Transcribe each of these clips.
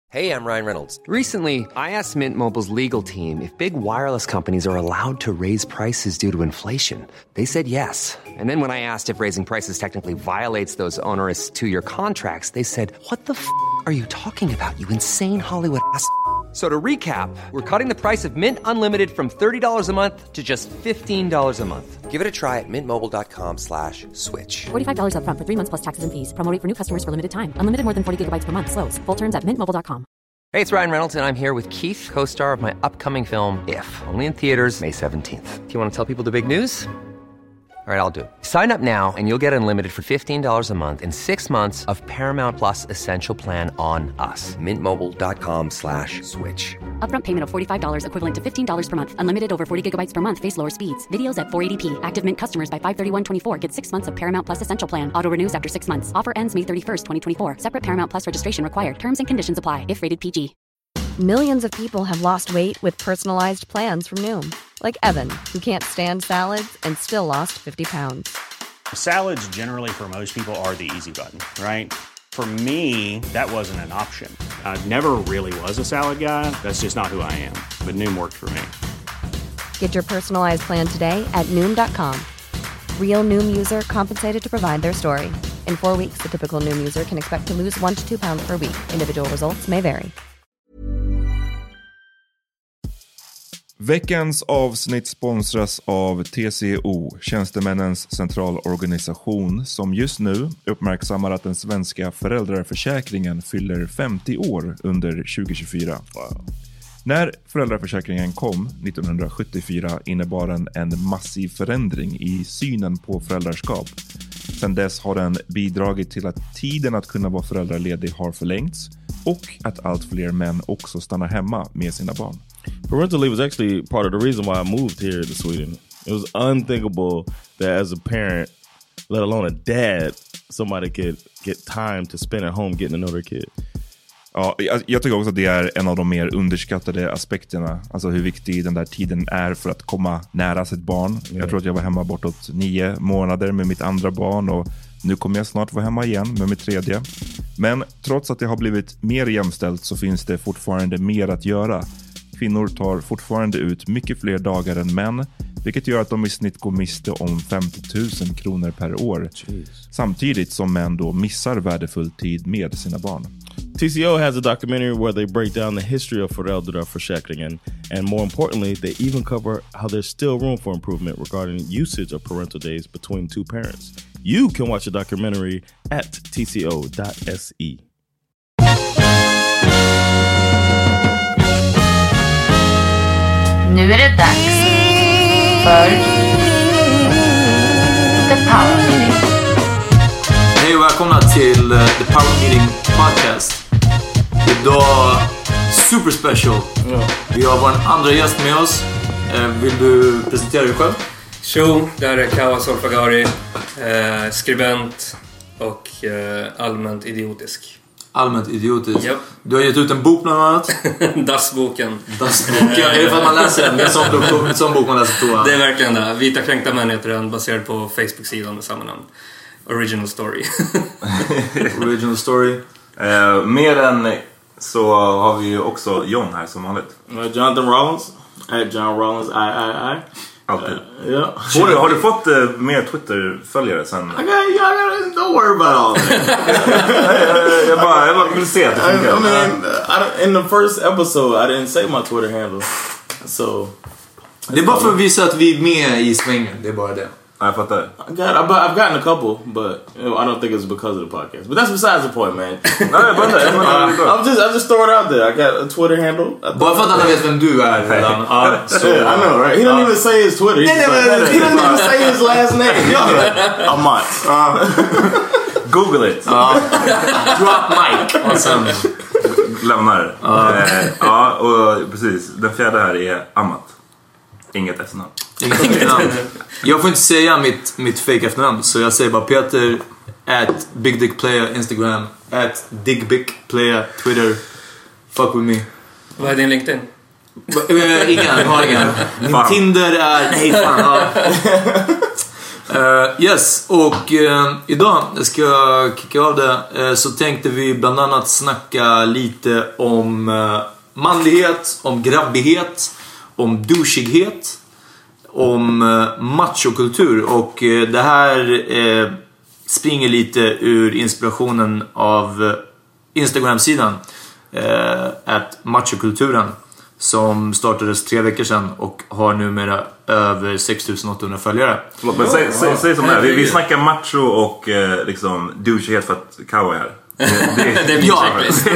Hey, I'm Ryan Reynolds. Recently, I asked Mint Mobile's legal team if big wireless companies are allowed to raise prices due to inflation. They said yes. And then when I asked if raising prices technically violates those onerous two-year contracts, they said, "What the f*** are you talking about, you insane Hollywood ass?" So to recap, we're cutting the price of Mint Unlimited from $30 a month to just $15 a month. Give it a try at mintmobile.com/switch. $45 up front for 3 months plus taxes and fees. Promo rate for new customers for limited time. Unlimited more than 40 gigabytes per month. Slows full terms at mintmobile.com. Hey, it's Ryan Reynolds, and I'm here with Keith, co-star of my upcoming film, If, only in theaters May 17th. Do you want to tell people the big news? All right, I'll do it. Sign up now and you'll get unlimited for $15 a month and 6 months of Paramount Plus Essential Plan on us. Mintmobile.com/switch. Upfront payment of $45 equivalent to $15 per month. Unlimited over 40 gigabytes per month. Face lower speeds. Videos at 480p. Active Mint customers by 531.24 get 6 months of Paramount Plus Essential Plan. Auto renews after 6 months. Offer ends May 31st, 2024. Separate Paramount Plus registration required. Terms and conditions apply if rated PG. Millions of people have lost weight with personalized plans from Noom. Like Evan, who can't stand salads and still lost 50 pounds. Salads generally for most people are the easy button, right? For me, that wasn't an option. I never really was a salad guy. That's just not who I am. But Noom worked for me. Get your personalized plan today at Noom.com. Real Noom user compensated to provide their story. In 4 weeks, the typical Noom user can expect to lose 1 to 2 pounds per week. Individual results may vary. Veckans avsnitt sponsras av TCO, Tjänstemännens centralorganisation, som just nu uppmärksammar att den svenska föräldraförsäkringen fyller 50 år under 2024. Wow. När föräldraförsäkringen kom 1974 innebar den en massiv förändring i synen på föräldraskap. Sedan dess har den bidragit till att tiden att kunna vara föräldraledig har förlängts och att allt fler män också stannar hemma med sina barn. Parental leave was actually part of the reason why I moved here to Sweden. It was unthinkable that as a parent, let alone a dad, somebody could get time to spend at home getting to know their kid. Ja, jag tycker också att det är en av de mer underskattade aspekterna. Alltså hur viktig den där tiden är för att komma nära sitt barn. Yeah. Jag tror att jag var hemma bortåt 9 månader med mitt andra barn och nu kommer jag snart vara hemma igen med mitt tredje. Men trots att det har blivit mer jämställt så finns det fortfarande mer att göra. Kvinnor tar fortfarande ut mycket fler dagar än män, vilket gör att de i snitt går miste om 50 000 kronor per år. Jeez. Samtidigt som män då missar värdefull tid med sina barn. TCO has a documentary where they break down the history of föräldraförsäkringen, and more importantly, they even cover how there's still room for improvement regarding usage of parental days between two parents. You can watch the documentary at tco.se. Nu är det dags för The Power Meeting. Hej och välkomna till The Power Meeting Podcast. Idag super special. Vi har vår andra gäst med oss. Vill du presentera dig själv? Tjo, det här är Kawa Solfagari, skribent och allmänt idiotisk. Allmänt idiotisk? Yep. Du har gett ut en bok bland annat. Dassboken. Är det för att man läser den? Det är en sån bok man läser på. Det är verkligen det. Vita kränkta män heter den, baserad på Facebook-sidan med samma namn. Original Story. Original Story. Mer än så har vi ju också John här som vanligt. Jonathan Rollins. At John Rollins I. Alltid. Yeah. Har du fått mer Twitter-följare sen? Don't worry about all that. jag bara vill se att det funkar. I mean, in the first episode I didn't say my Twitter handle. So det är bara för att visa att vi är med i svängen. Det är bara det. I fattar. I've gotten a couple, but I don't think it's because of the podcast. But that's besides the point, man. I'll just throw it out there. I got a Twitter handle. Bara för att alla vet vem du är redan. I know, right? He don't even say his Twitter. He doesn't even say his last name. Amat. Google it. Drop mic. Och sen lämnar. Ja, och precis. Den fjärde här är Amat. Inget efternamn. Jag får inte säga mitt fake efternamn, så jag säger bara Peter @BigDickPlayer Instagram @DickBickPlayer Twitter. Fuck with me. Vad är din LinkedIn? Ingen. Min Tinder är... Nej fan. Yes, och idag ska jag kicka av det. Så tänkte vi bland annat snacka lite om manlighet, om grabbighet, om douchighet, om machokultur. Och det här springer lite ur inspirationen av Instagram-sidan @machokulturen, som startades 3 veckor sedan och har numera över 6800 följare. Förlåt, men säg som det är. Vi snackar macho och liksom douchighet för att Kao är här. Det är min checklist.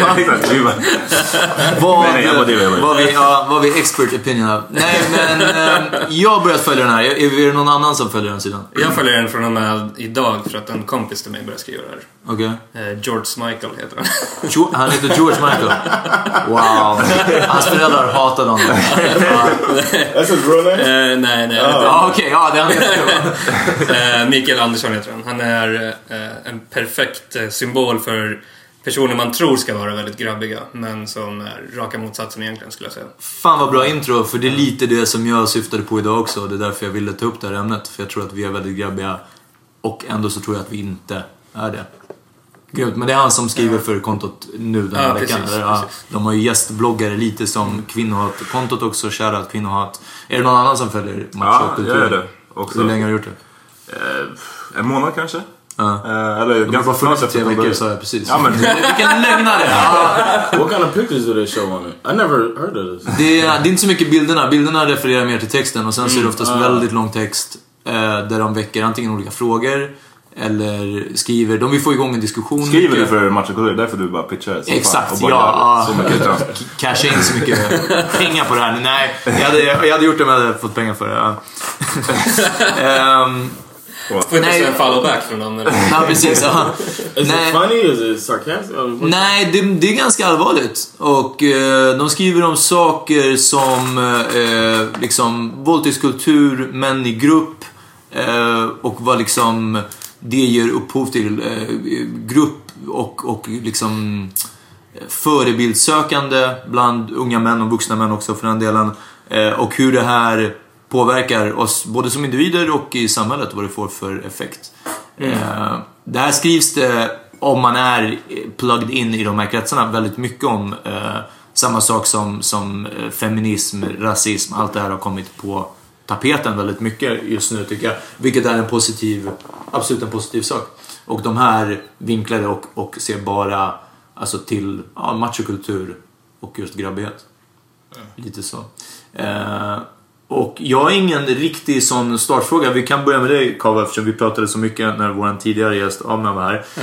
Vad vi expert opinion av. Nej, men jag har börjat följa den här. Är det någon annan som följer den sidan? Jag följer den från och med idag för att en kompis till mig började skriva det här. Okej. George Michael heter han. Han heter George Michael. Wow. Hans föräldrar hatade honom. That's his real name? Nej. Okej, ja, det är han heter. Mikael Andersson heter han. Han är en perfekt symbol för personer man tror ska vara väldigt grabbiga, men som är raka motsatsen egentligen, skulle jag säga. Fan vad bra intro, för det är lite det som jag syftade på idag också. Det är därför jag ville ta upp det här ämnet. För jag tror att vi är väldigt grabbiga, och ändå så tror jag att vi inte är det. Gud, men det är han som skriver för kontot nu den här veckan. Precis. De har ju gästbloggare lite som kvinnohat-kontot också, shoutout kvinnohat. Är det någon annan som följer machokultur? Ja, jag är det också. Hur länge har du gjort det? En månad kanske. Eller ganska funnits 3 veckor, sa jag precis. Ja, men vilken lögnare! What kind of pictures do they show on it? I never heard of this. Det är inte så mycket bilderna. Bilderna refererar mer till texten. Och sen så är det oftast väldigt lång text där de väcker antingen olika frågor eller skriver. De vill få igång en diskussion. Skriver du för machokultur? Därför du bara pitchar det. Exakt, ja. Casha in så mycket pengar på det här. Nej, jag hade gjort det om jag hade fått pengar för det. Ja. Får inte se en followback från dem? Ja, precis. Ja. Is it funny? Is it sarcastic? Nej, det är ganska allvarligt. Och de skriver om saker som liksom våldtäktskultur, män i grupp, och vad liksom det ger upphov till grupp och liksom förebildssökande bland unga män och vuxna män också för den delen, och hur det här påverkar oss både som individer och i samhället, vad det får för effekt. Det här skrivs det, om man är plugged in i de här kretsarna, väldigt mycket om samma sak som feminism, rasism, allt det här har kommit på tapeten väldigt mycket just nu, tycker jag, vilket är absolut en positiv sak. Och de här vinklade och ser bara alltså till machokultur och just grabbighet. Lite så. Och jag har ingen riktig sån startfråga. Vi kan börja med dig, Kava, eftersom vi pratade så mycket när vår tidigare gäst Amna var här.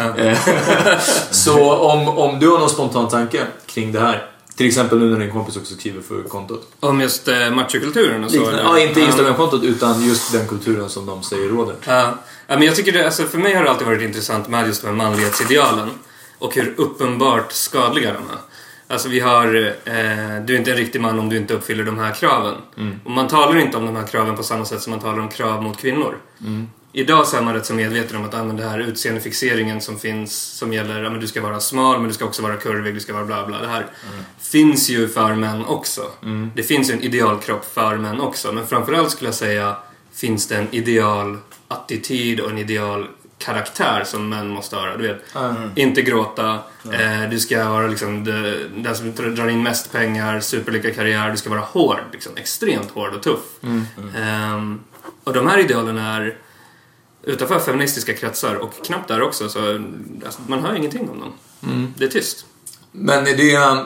Så om du har någon spontan tanke kring det här, till exempel nu när din kompis också skriver för kontot. Om just machokulturen och så? Ja, inte Instagram-kontot, utan just den kulturen som de säger råder. Ja, men jag tycker det, alltså för mig har det alltid varit intressant med just de här manlighetsidealen och hur uppenbart skadliga de är. Alltså vi har, du är inte en riktig man om du inte uppfyller de här kraven. Och man talar inte om de här kraven på samma sätt som man talar om krav mot kvinnor. Idag så är man rätt så medveten om att använda den här utseendefixeringen som finns, som gäller, ja, men du ska vara smal, men du ska också vara kurvig, du ska vara bla bla. Det här finns ju för män också. Det finns ju en idealkropp för män också. Men framförallt skulle jag säga, finns det en ideal attityd och en ideal karaktär som män måste ha, du vet. Inte gråta, du ska vara liksom den som drar in mest pengar, superlyckad karriär, du ska vara hård, liksom, extremt hård och tuff. Och de här idealen är utanför feministiska kretsar och knappt där också, så alltså, man hör ingenting om dem. Det är tyst. Men är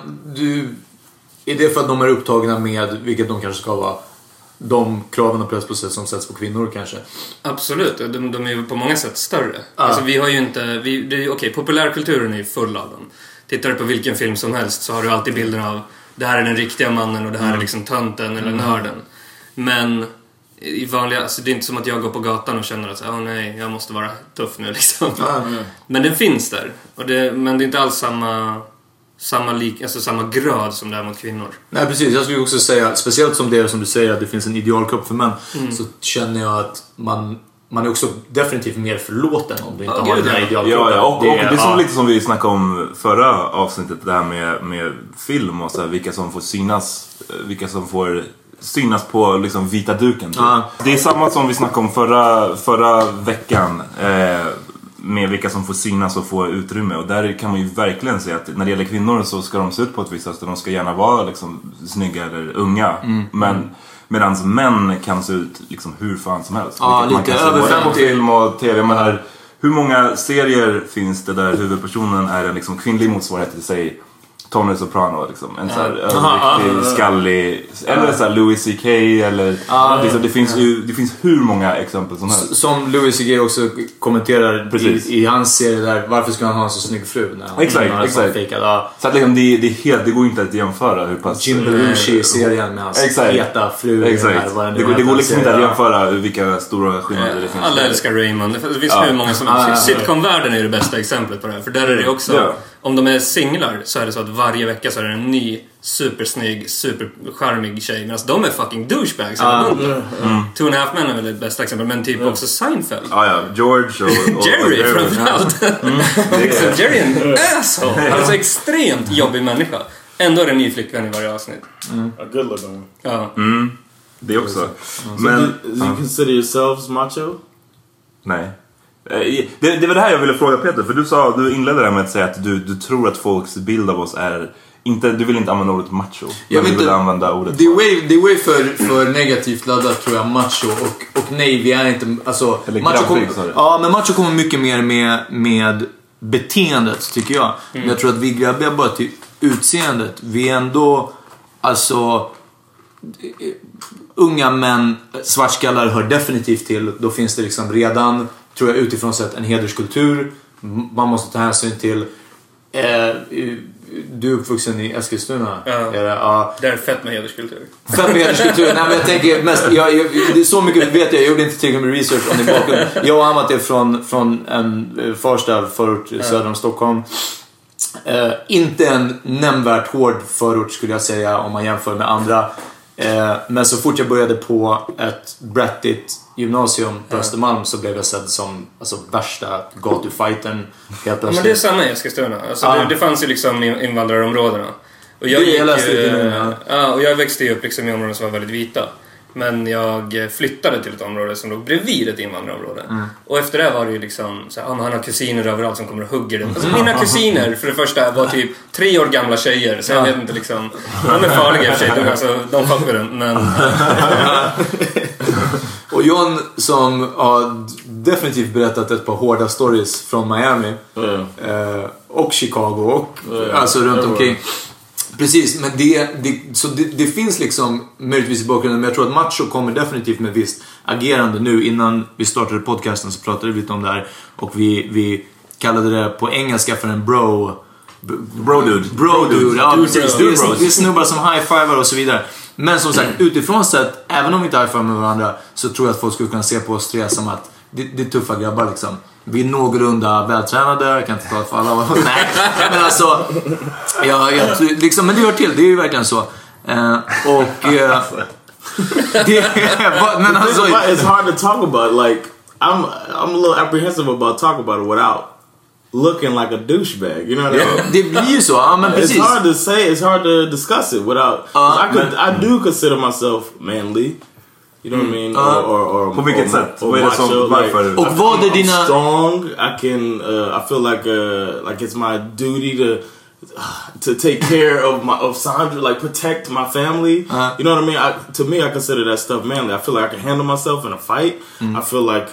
det för att de är upptagna med, vilket de kanske ska vara, de kraven och pressprocess som sätts på kvinnor kanske? Absolut, de är ju på många sätt större. Alltså vi har ju inte, populärkulturen är ju full av dem. Tittar du på vilken film som helst så har du alltid bilden av det här är den riktiga mannen och det här är liksom tönten eller nörden. Men i vanliga, alltså det är inte som att jag går på gatan och känner att nej, jag måste vara tuff nu liksom. Men den finns där, men det är inte alls samma grad som det är mot kvinnor. Nej, precis. Jag skulle också säga, speciellt som det som du säger, att det finns en idealkropp för män, så känner jag att man är också definitivt mer förlåten om du inte har den här idealkroppen. Ja, och det är som lite som vi snackade om förra avsnittet, det här med film och så här, vilka som får synas, vilka som får synas på liksom vita duken typ. Det är samma som vi snackade om förra veckan med vilka som får synas och få utrymme. Och där kan man ju verkligen se att när det gäller kvinnor så ska de se ut på ett visst sätt. De ska gärna vara liksom snygga eller unga. Men medans män kan se ut liksom hur fan som helst. Lite över 50 på film och tv. Men här, hur många serier finns det där huvudpersonen är en liksom kvinnlig motsvarighet till sig Tony Soprano liksom. En sån här överviktig, skallig. Eller så här Louis CK eller liksom, det finns hur många exempel som helst. Som Louis CK också kommenterar i hans serie där, varför ska han ha en så snygg fru när han exakt. Så att liksom, det går inte att jämföra hur pass Jim Belushi-serien med hans heta fru. Det går liksom inte att jämföra vilka stora skillnader det finns. Alla älskar Raymond. Det finns hur många som sitcom-världen är det bästa exemplet på det här. För där är det också om de är singlar så är det så att varje vecka så är det en ny supersnygg, supercharmig tjej. Medan de är fucking douchebags. 2.5 Men är väl det bästa exempel. Men typ också Seinfeld. George och Jerry framförallt. Jerry är en asshole. Han är så extremt jobbig människa. Ändå är det en ny flickvän i varje avsnitt. A good looking. Det också. Men do you consider yourselves macho? Nej. Det var det här jag ville fråga Peter. För du inledde det med att säga att du tror att folks bild av oss är inte, du vill inte använda ordet macho. Jag vill använda ordet. Det är way för negativt laddat tror jag, macho och nej, vi är inte alltså men macho kommer mycket mer med beteendet tycker jag. Men jag tror att vi grabbar bara till utseendet. Vi är ändå alltså unga män, svartskallar hör definitivt till. Då finns det liksom redan, tror jag, utifrån sett en hederskultur man måste ta hänsyn till. Du är uppvuxen i Eskilstuna. Det är fett med hederskultur. Nej, men jag tänker mest det är så mycket vet jag gjorde inte tillräckligt med research om din bakgrund. Jag och Amat är från en Farsta förort söder om Stockholm. Inte en nämnvärt hård förort skulle jag säga om man jämför med andra. Men så fort jag började på ett brattigt gymnasium på Östermalm så blev jag sedd som alltså, värsta gatufightern helt plötsligt. Men det är samma i Eskilstuna. Alltså, det fanns ju liksom i invandrarområdena. Och jag växte ju upp liksom i områden som var väldigt vita. Men jag flyttade till ett område som låg bredvid ett invandrarområde. Och efter det var det ju liksom så här, han har kusiner överallt som kommer och hugger den. Alltså, mina kusiner för det första var typ 3 år gamla tjejer. Så jag vet inte liksom, de är farliga i och för sig. De fuckar med den. Men och John som har definitivt berättat ett par hårda stories från Miami och Chicago och alltså runt omkring. Precis, men det finns liksom möjligtvis i bakgrunden, men jag tror att macho kommer definitivt med visst agerande nu. Innan vi startade podcasten så pratade vi lite om det här och vi kallade det på engelska för en bro dude. Ja, precis. Det är snubbar som high-fivar och så vidare. Men som sagt, utifrån sett, även om vi inte high-fivar med varandra, så tror jag att folk skulle kunna se på oss tre som att det är tuffa grabbar liksom. Vi är någorlunda vältränade, jag kan inte ta för alla. Nej, men alltså liksom, men det hör till, det är ju verkligen så. Men alltså, it's hard to talk about. Like I'm a little apprehensive about talking about it without looking like a douchebag. You know what I mean? Det blir ju så, men precis. It's hard to say, it's hard to discuss it without. I do consider myself manly. You know what I mean? Or på vilket sätt? Vad är det som, varför? Och vad är dina... strong. I feel like it's my duty to take care of Sandra, like protect my family. You know what I mean? To me, I consider that stuff manly. I feel like I can handle myself in a fight. I feel like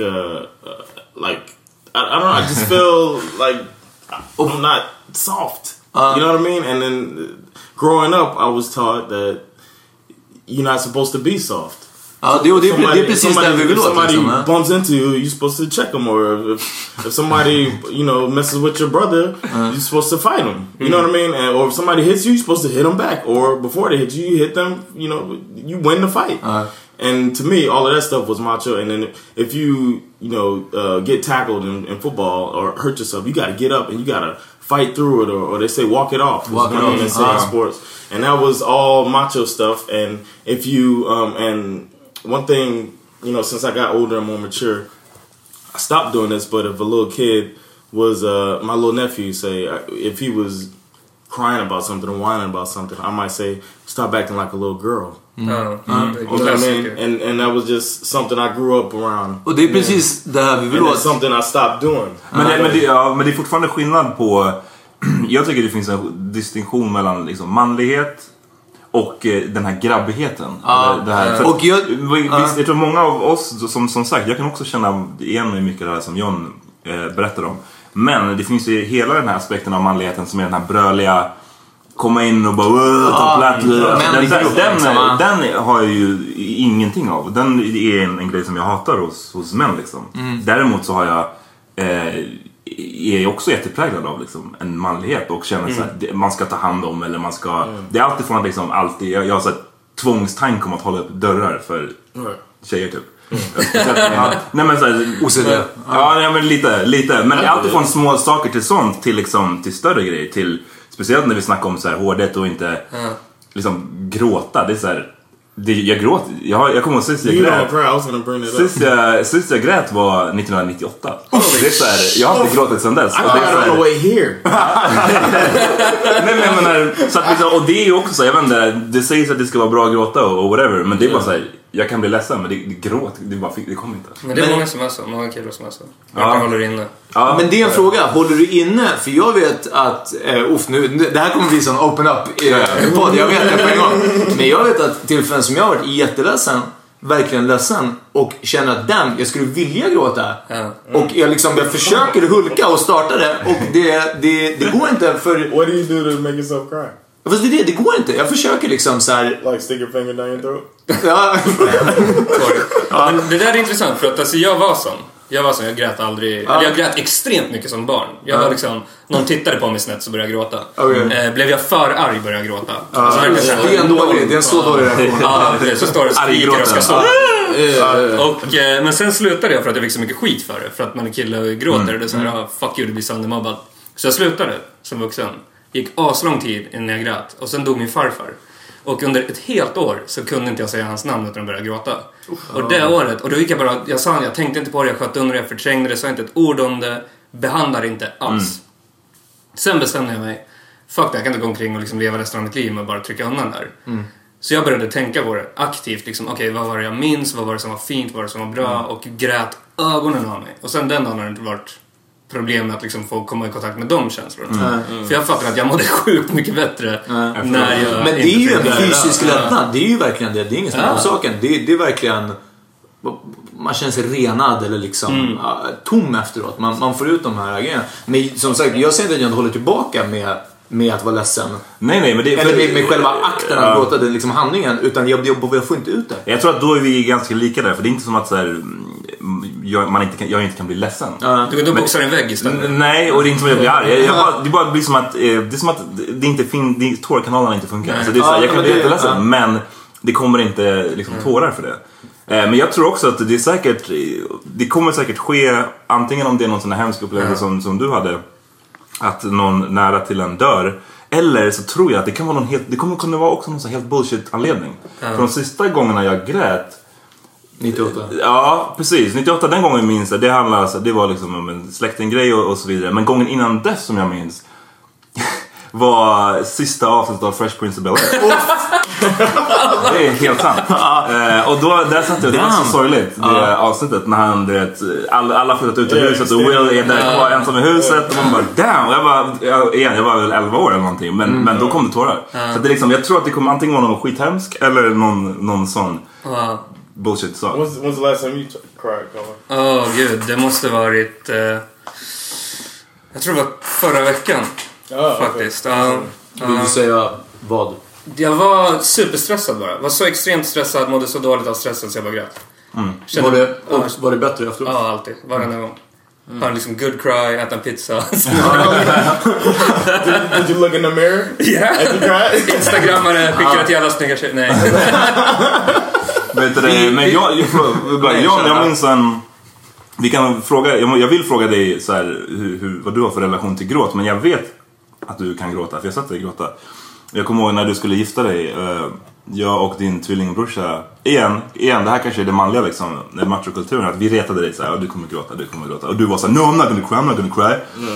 I don't know. I just feel like I'm not soft. You know what I mean? And then growing up, I was taught that you're not supposed to be soft. Det är precis där vi vill åt. Somebody bumps into you, you're supposed to check them. Or if somebody, messes with your brother, you're supposed to fight them. You know what I mean? Or if somebody hits you, you're supposed to hit them back. Or before they hit you, you hit them, you win the fight. And to me, all of that stuff was macho. And then if you get tackled in football or hurt yourself, you got to get up and you got to fight through it, or they say walk it off. Walk it off. They say in sports. And that was all macho stuff. And if you, and one thing, since I got older and more mature, I stopped doing this. But if a little kid was, my little nephew, say, if he was crying about something or whining about something, I might say, stop acting like a little girl. You know what I mean? And that was just something I grew up around. Och det är precis det här vi vill åt. Something I stopped doing. Men det är fortfarande skillnad på... Jag tycker det finns en distinktion mellan liksom manlighet och den här grabbigheten. Det här. Och jag tror många av oss, som sagt, jag kan också känna igen mig mycket det här som John berättar om. Men det finns ju hela den här aspekten av manligheten som är den här bröliga, komma in och bara ta plats. Den har jag ju ingenting av. Den är en grej som jag hatar hos män liksom. Däremot så har jag är också jättepräglad av liksom en manlighet och känner så här, man ska ta hand om eller man ska det är alltid från liksom alltid jag har så här tvångstank om att hålla upp dörrar för tjejer typ. Nej men så här, OCD. Ja men lite men det är alltid från små saker till sånt till liksom till större grejer till speciellt när vi snackar om så här hårdhet och inte liksom gråta. Det är så här jag gråt. Jag kommer ihåg sist jag grät. Sist jag grät var 1998. Det är så här, jag har inte gråtit sedan dess. I got on the way here. Nej men så att liksom, och det är ju också så jag vet inte, det sägs att det ska vara bra att gråta och whatever, men det är bara så här, jag kan bli ledsen men det gråt det kommer inte. Men det är många som är så, många killar som är så. Jag håller inne. Ja. Men det är en fråga, håller du inne? För jag vet att det här kommer bli sån open up podd, jag vet det på en gång. Men jag vet att tillfällen som jag har varit jätteledsen, verkligen ledsen och känner att jag skulle vilja gråta. Och jag försöker hulka och starta det och det går inte för... What do you do to make yourself cry? Fast det går inte. Jag försöker liksom så här... Like stick your finger down your throat? Men det där är intressant för att alltså, jag var grät aldrig. Eller jag grät extremt mycket som barn. Jag var liksom, någon tittade på mig snett så började jag gråta. Blev jag för arg började jag gråta. Alltså, det är en så dålig reaktion. Så står det och skriker och ska stå. Men sen slutade jag för att jag fick så mycket skit för det. För att man är kille och gråter. Det är så här, fuck you, det blir söndermobbad. Så jag slutade som vuxen. Gick aslång tid innan jag grät. Och sen dog min farfar. Och under ett helt år så kunde inte jag säga hans namn utan att börja gråta. Och det året, och då gick jag bara, jag tänkte inte på det, jag sköt under det, jag förträngde det, sa inte ett ord om det, behandlade inte alls. Sen bestämde jag mig, fuck det, jag kan inte gå omkring och liksom leva resten av mitt liv med bara trycka undan där. Så jag började tänka på det aktivt, liksom, okej, vad var det jag minns, vad var det som var fint, vad var det som var bra, och grät ögonen av mig. Och sen den dagen har det inte varit problem med att liksom få komma i kontakt med de känslorna. För jag fattar att jag mådde sjukt mycket bättre när jag... Men det är ju en fysisk lättnad. Det är ju verkligen det. Det är ingen som saken. Det är verkligen... Man känner sig renad eller liksom tom efteråt. Man får ut de här grejerna. Men som sagt, jag ser inte att jag håller tillbaka med att vara ledsen. Nej, men det eller med själva akten att låta den liksom handlingen, utan jag får inte ut det. Jag tror att då är vi ganska lika där, för det är inte som att så här, jag inte kan bli ledsen. Du kan då boxa en vägg istället. Nej, och det är inte som att jag blir arg. Det bara blir som att det inte finns, tårkanalerna inte funkar. Så det är så här, jag kan bli jätteledsen, men det kommer inte liksom tårar för det. Men jag tror också att det kommer säkert ske, antingen om det är någon sån här hemsk upplevelse som du hade, att någon nära till en dör, eller så tror jag att det kan vara det kommer kunna vara också någon sån helt bullshit anledning. För de sista gångerna jag grät 98. Ja, precis. 98, den gången minns jag. Det var liksom om en släktinggrej och så vidare. Men gången innan dess som jag minns var sista avsnittet av Fresh Prince of Bel-Air. Det är helt sant. Och då, där satt jag, det var så sorgligt det avsnittet när han, alla flyttat ut ur huset och Will är där kvar ensam i huset och man bara, damn. Och jag var väl 11 år eller någonting, men då kom det tårar. Så det är liksom, jag tror att det kommer antingen vara någon skithemsk eller någon sån bullshit sak. When's the last time you cried, Colin? Gud, det måste varit jag tror det var förra veckan. Faktiskt. Vill du säga vad? Jag var superstressad bara. Var så extremt stressad, mådde så dåligt av stressen så jag bara grät. Var det bättre efteråt? Ja, alltid. Varenda gång. Har liksom good cry, äta en pizza. Did you look in the mirror? Yeah. Instagrammare, skickar till alla snygga tjejer. Nej. Vet du det? Men jag minns vi kan fråga, jag vill fråga dig så här, vad du har för relation till gråt, men jag vet att du kan gråta, för jag satt dig gråta. Jag kommer ihåg när du skulle gifta dig, jag och din tvillingbrorsa, igen, det här kanske är det manliga liksom, machokulturen, att vi retade dig så här, du kommer gråta. Och du var så här, no, I'm not gonna cry.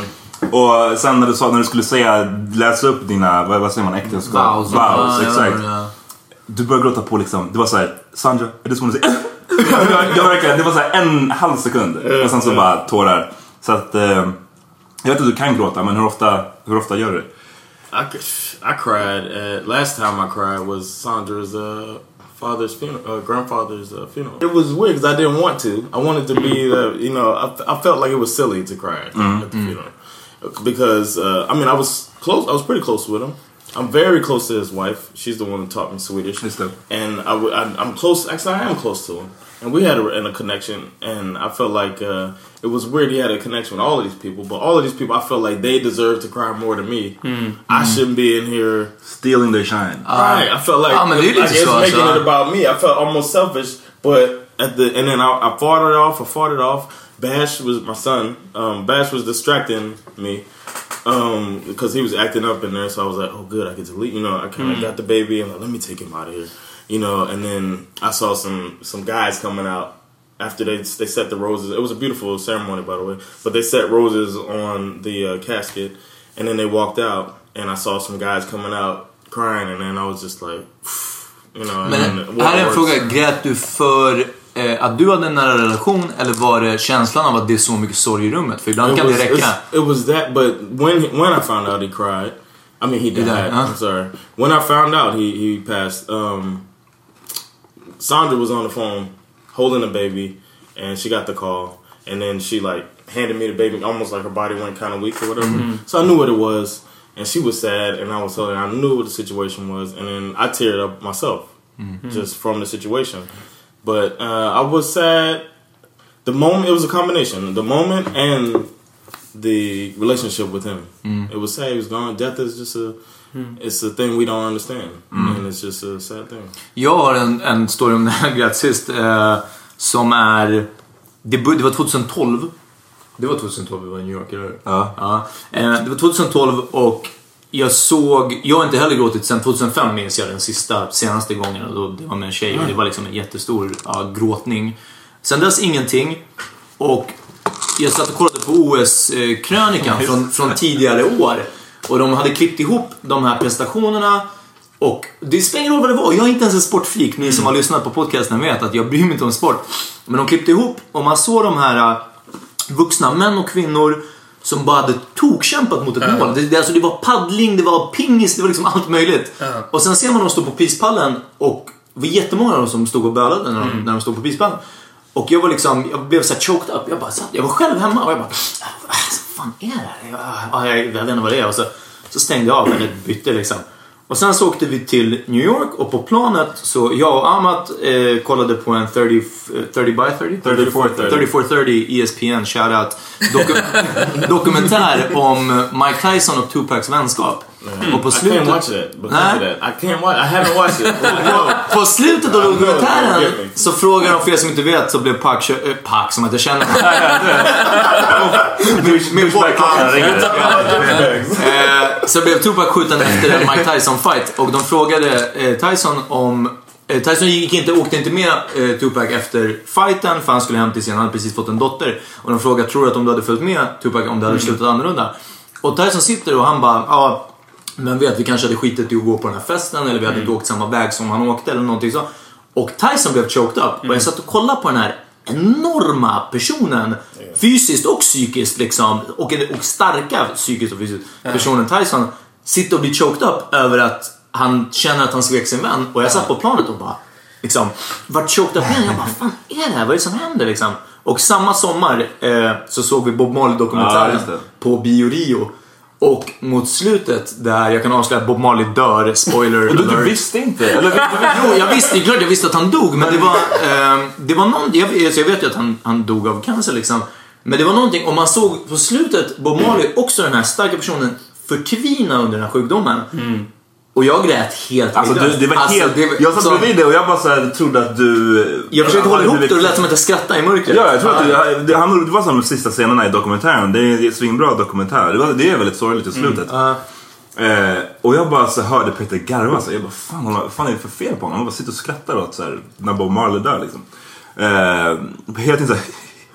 Och sen när du skulle läsa upp dina, vad säger man, äktenskap? Vows, exakt. Du började gråta på liksom, det var så här, Sandra, är det så hon säger? Det var så här en halv sekund. Och sen så bara tårar. Så att, jag vet att du kan gråta, men hur ofta gör du det? I cried. Last time I cried was Sandra's father's funeral, grandfather's funeral. It was weird because I didn't want to. I wanted to be, I felt like it was silly to cry at the funeral because I was close. I was pretty close with him. I'm very close to his wife. She's the one who taught me Swedish, and I'm close. Actually, I am close to him, and we had a connection. And I felt like it was weird. He had a connection with all of these people, but all of these people, I felt like they deserve to cry more than me. I shouldn't be in here stealing their shine. Right. I felt like, it's making it about me. I felt almost selfish, but and then I fought it off. Bash was my son. Bash was distracting me. Because he was acting up in there, so I was like, oh good, I get to leave. I kind of got the baby and like, let me take him out of here. And then I saw some guys coming out after they set the roses. It was a beautiful ceremony, by the way, but they set roses on the casket, and then they walked out, and I saw some guys coming out crying, and then I was just like, Men här är en fråga, grät du för att du hade en nära relation, eller var det känslan av att det är så mycket sorg i rummet? För ibland kan det räcka. It was that, but when I found out he cried, I mean he died. I'm sorry. When I found out he passed, Sandra was on the phone holding the baby, and she got the call, and then she like handed me the baby, almost like her body went kind of weak or whatever. So I knew what it was, and she was sad, and I was telling her I knew what the situation was, and then I teared up myself just from the situation. But I was sad. The moment, it was a combination. The moment and the relationship with him. It was sad he was gone. Death is just it's a thing we don't understand. And it's just a sad thing. Jag har en story om det här grät sist som är... Det var 2012. Det var 2012 vi var i New York, eller? Ja. Det var 2012 och jag har inte heller gråtit sen 2005, minns jag den senaste gången, och då det var med en tjej och det var liksom en jättestor gråtning. Sen dess ingenting, och jag satt och kollade på OS-krönikan från tidigare år, och de hade klippt ihop de här prestationerna, och det spelar ingen roll vad det var. Jag är inte ens en sportfreak, ni som har lyssnat på podcasten vet att jag bryr mig inte om sport, men de klippte ihop och man såg de här vuxna män och kvinnor som bara hade tokkämpat mot ett mål. Det var paddling, det var pingis, det var liksom allt möjligt. Och sen ser man dem stå på prispallen, och det var jättemånga av dem som stod och bölade när de stod på prispallen. Och jag blev så här choked up. Jag var själv hemma och jag bara, vad fan är det här? Jag vet inte vad det är. Och så stängde jag av eller bytte liksom. Och sen så åkte vi till New York, och på planet så jag och Amat kollade på en 3430 ESPN shoutout dokumentär om Mike Tyson och Tupacs vänskap. Och på slutet, I can't watch it I haven't watched it. På slutet av dokumentären så frågar de, för er som inte vet, så blev Pac som att jag känner så blev Tupac skjuten efter en Mike Tyson fight, och de frågade Tyson om Tyson åkte inte med Tupac efter fighten, för han skulle hem till sin, han hade precis fått en dotter, och de frågade, tror du att om du hade följt med Tupac om det hade slutat annorlunda? Och Tyson sitter och han bara, men vi kanske hade skitit i att gå på den här festen, eller vi hade inte åkt samma väg som han åkte eller någonting så. Och Tyson blev choked up, och jag satt och kollade på den här enorma personen, fysiskt och psykiskt liksom, och starka psykiskt och fysiskt personen Tyson sitter och blir choked up över att han känner att han svek sin vän. Och jag satt på planet och bara liksom vart choked up igen. Jag bara, fan är det här? Vad är det som händer liksom? Och samma sommar så såg vi Bob Marley-dokumentären på Bio Rio. Och mot slutet, där jag kan avslöja att Bob Marley dör, spoiler alert. Du visste inte? Eller? Jo, jag visste att han dog. Men det var någon, jag vet ju att han dog av cancer liksom. Men det var någonting, om man såg på slutet Bob Marley, också den här starka personen, förtvina under den här sjukdomen. Och jag grät helt. Det var helt. Jag satt bredvid det och jag bara så här, trodde att du. Jag försökte hålla ihop det och lät som att jag skrattade i mörkret. Ja, jag tror att det var som de sista scenerna i dokumentären. Det är en svinbra dokumentär. Det är väldigt sorgligt i slutet. Och jag bara så hörde Peter garva så jag bara, fan är det för fel på honom? Han bara sitter och skrattar åt så här när Bob Marley dör liksom. Hela tiden så här.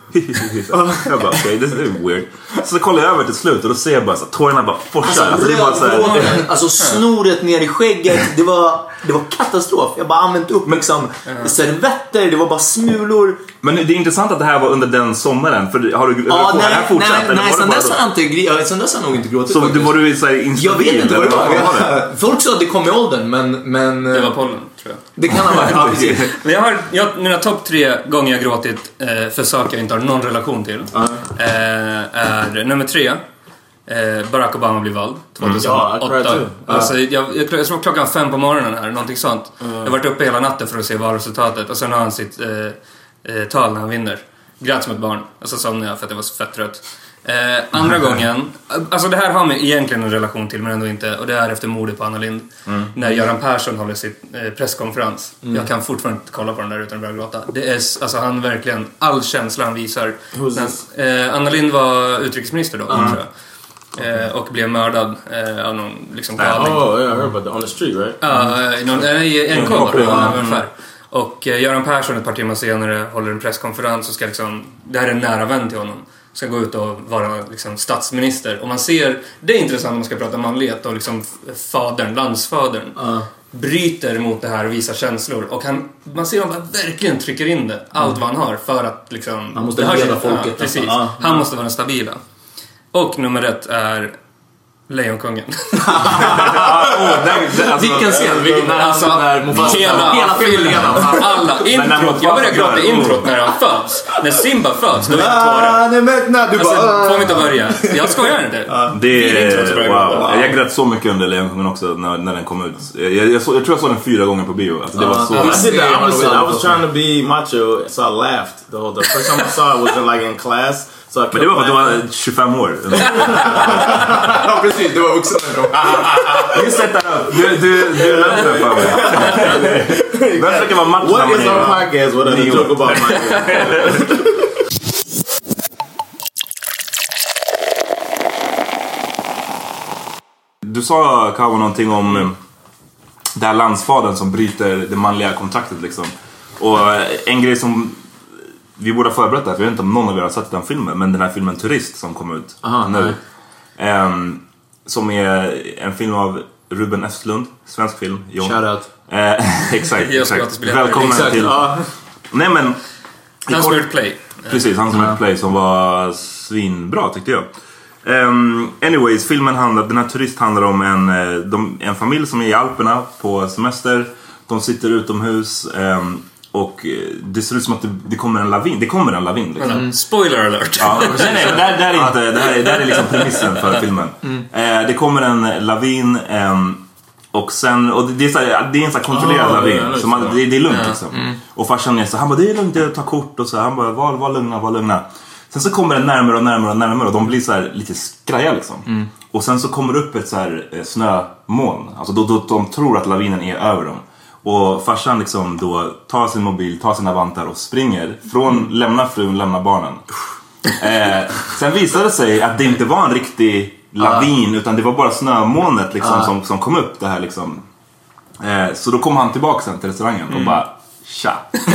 Jag bara okej, det är weird. Så kollar jag över till slut och då ser jag bara så tårarna bara forsar. Alltså, det är bara så här... alltså snoret ner i skägget, det var katastrof. Jag bara använt upp liksom servetter, det var bara smulor. Men det är intressant att det här var under den sommaren. För har du fortsatt? Nej, sen dess har jag nog inte gråtit. Så var du så här jag vet inte vad det var. Folk sa att det kom i åldern, men det var pollen, tror jag. Det kan ha varit. Men mina topp 3 gånger jag gråtit för saker jag inte har någon relation till är nummer 3. Barack Obama blir vald 2008. Alltså, jag såg klockan 5 på morgonen här, någonting sånt. Jag har varit uppe hela natten för att se valresultatet. Och sen har han sitt tal när han vinner. Grät som ett barn. Och så somnade jag för att jag var så fett trött. Andra gången, alltså det här har mig egentligen en relation till, men ändå inte. Och det är efter mordet på Anna Lindh. När Göran Persson håller sitt presskonferens. Jag kan fortfarande inte kolla på den där utan att börja gråta. Det är, alltså han verkligen, all känsla han visar. Anna Lindh var utrikesminister då, tror jag. Och blev mördad av någon liksom galning. Oh, yeah, I heard about that on the street, right? I NK ungefär. Och Göran Persson ett par timmar senare håller en presskonferens och ska liksom, det här är en nära vän till honom, ska gå ut och vara liksom statsminister. Och man ser, det är intressant om man ska prata manlighet och liksom fadern, landsfadern bryter mot det här och visar känslor. Och man ser honom verkligen trycker in det, allt vad han har för att liksom, han måste leda folket. Precis, han måste vara den stabila. Och nummer 1 är Lejonkungen. Vilken scen? Hela filmen. Alla introt. Jag började gråta i introt när han föds. När Simba föds, då är det tårar. Får vi inte börja. Jag skojar inte. Det är wow. Jag grät så mycket under Lejonkungen också när den kom ut. Jag tror jag såg den 4 gånger på bio. Alltså, det var så. I was trying to be macho, so I laughed the whole time. First time I saw it was in class. Men det var för att du var 25 år. Ja, precis. Det var vuxen ändå. Du sätter upp. Du löser för mig. Jag försöker vara match. What is our podcast? What are you talk about? Du sa, Kava, någonting om det här landsfadern som bryter det manliga kontraktet liksom. Och en grej som vi borde ha förberett det här, för jag vet inte om någon av er har sett den filmen, men den här filmen Turist som kom ut nu. Som är en film av Ruben Östlund, svensk film. Shoutout. Exakt. Välkommen till... Nej, men... Han som gjort Play. Precis, han som gjort Play som var svinbra tyckte jag. Anyways, filmen den här Turist handlar om en familj som är i Alperna på semester. De sitter utomhus och det ser ut som att det kommer en lavin. Det kommer en lavin liksom. Spoiler alert. Ja, nej, det här är liksom premissen för filmen. Det kommer en lavin och sen det är så här, det är en så här kontrollerad lavin så det är lugnt liksom. Och farsan är så han bara det är lugnt, jag tar kort och så han bara var lugna. Sen så kommer den närmare och de blir så här lite skraja liksom. Och sen så kommer det upp ett så här snömoln. Alltså då de tror att lavinen är över dem. Och farsan liksom då tar sin mobil, tar sina vantar och springer lämnar frun, lämnar barnen. Sen visade det sig att det inte var en riktig lavin utan det var bara snömolnet liksom som kom upp det här liksom. Så då kom han tillbaka sen till restaurangen och bara tja.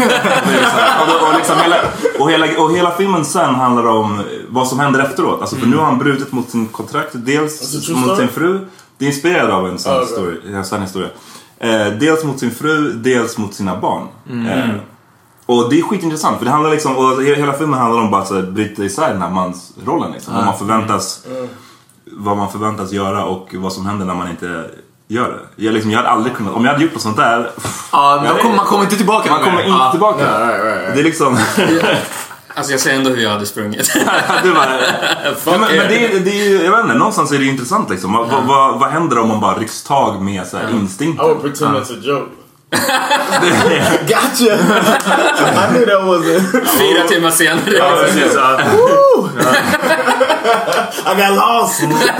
och hela filmen sen handlar om vad som händer efteråt. Alltså för nu har han brutit mot sin kontrakt, dels mot sin fru. Det är inspirerad av en sann historia. Dels mot sin fru, dels mot sina barn. Och det är skitintressant för det handlar liksom, och hela filmen handlar om bara att bryta isär den här mansrollen liksom. Vad man förväntas göra och vad som händer när man inte gör det. Jag hade aldrig kunnat, om jag hade gjort något sånt där. Man kommer inte tillbaka. Man kommer inte tillbaka. Det är liksom alltså jag säger ändå hur jag hade sprungit. Du bara, men det är ju, jag vet inte, någonstans är det intressant liksom. Vad händer om man bara rycks tag med så här instinkt? I would pretend that's a joke. Gotcha. I knew that wasn't. 4 timmar senare. I got lost.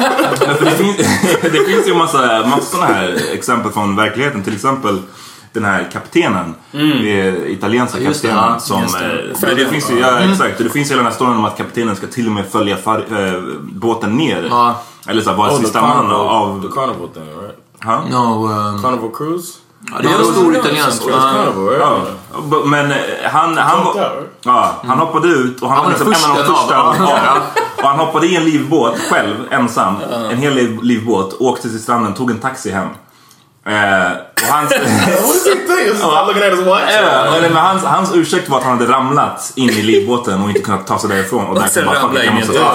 Det finns ju massa såna här exempel från verkligheten. Till exempel den här kaptenen, italienska kaptenen som det finns ju exakt. Det finns ju hela den här storyn om att kaptenen ska till och med följa båten ner. Eller så var sista man av the Carnival thing, right? Huh? No, Carnival Cruise. Ja, det är en stor italiensk. Men han hoppade ut och han var liksom en av de första. Och han hoppade i en livbåt själv, ensam. En hel livbåt, åkte till stranden, tog en taxi hem. Och hans ursäkt var att han hade ramlat in i livbåten och inte kunnat ta sig därifrån. Och därför bara fucking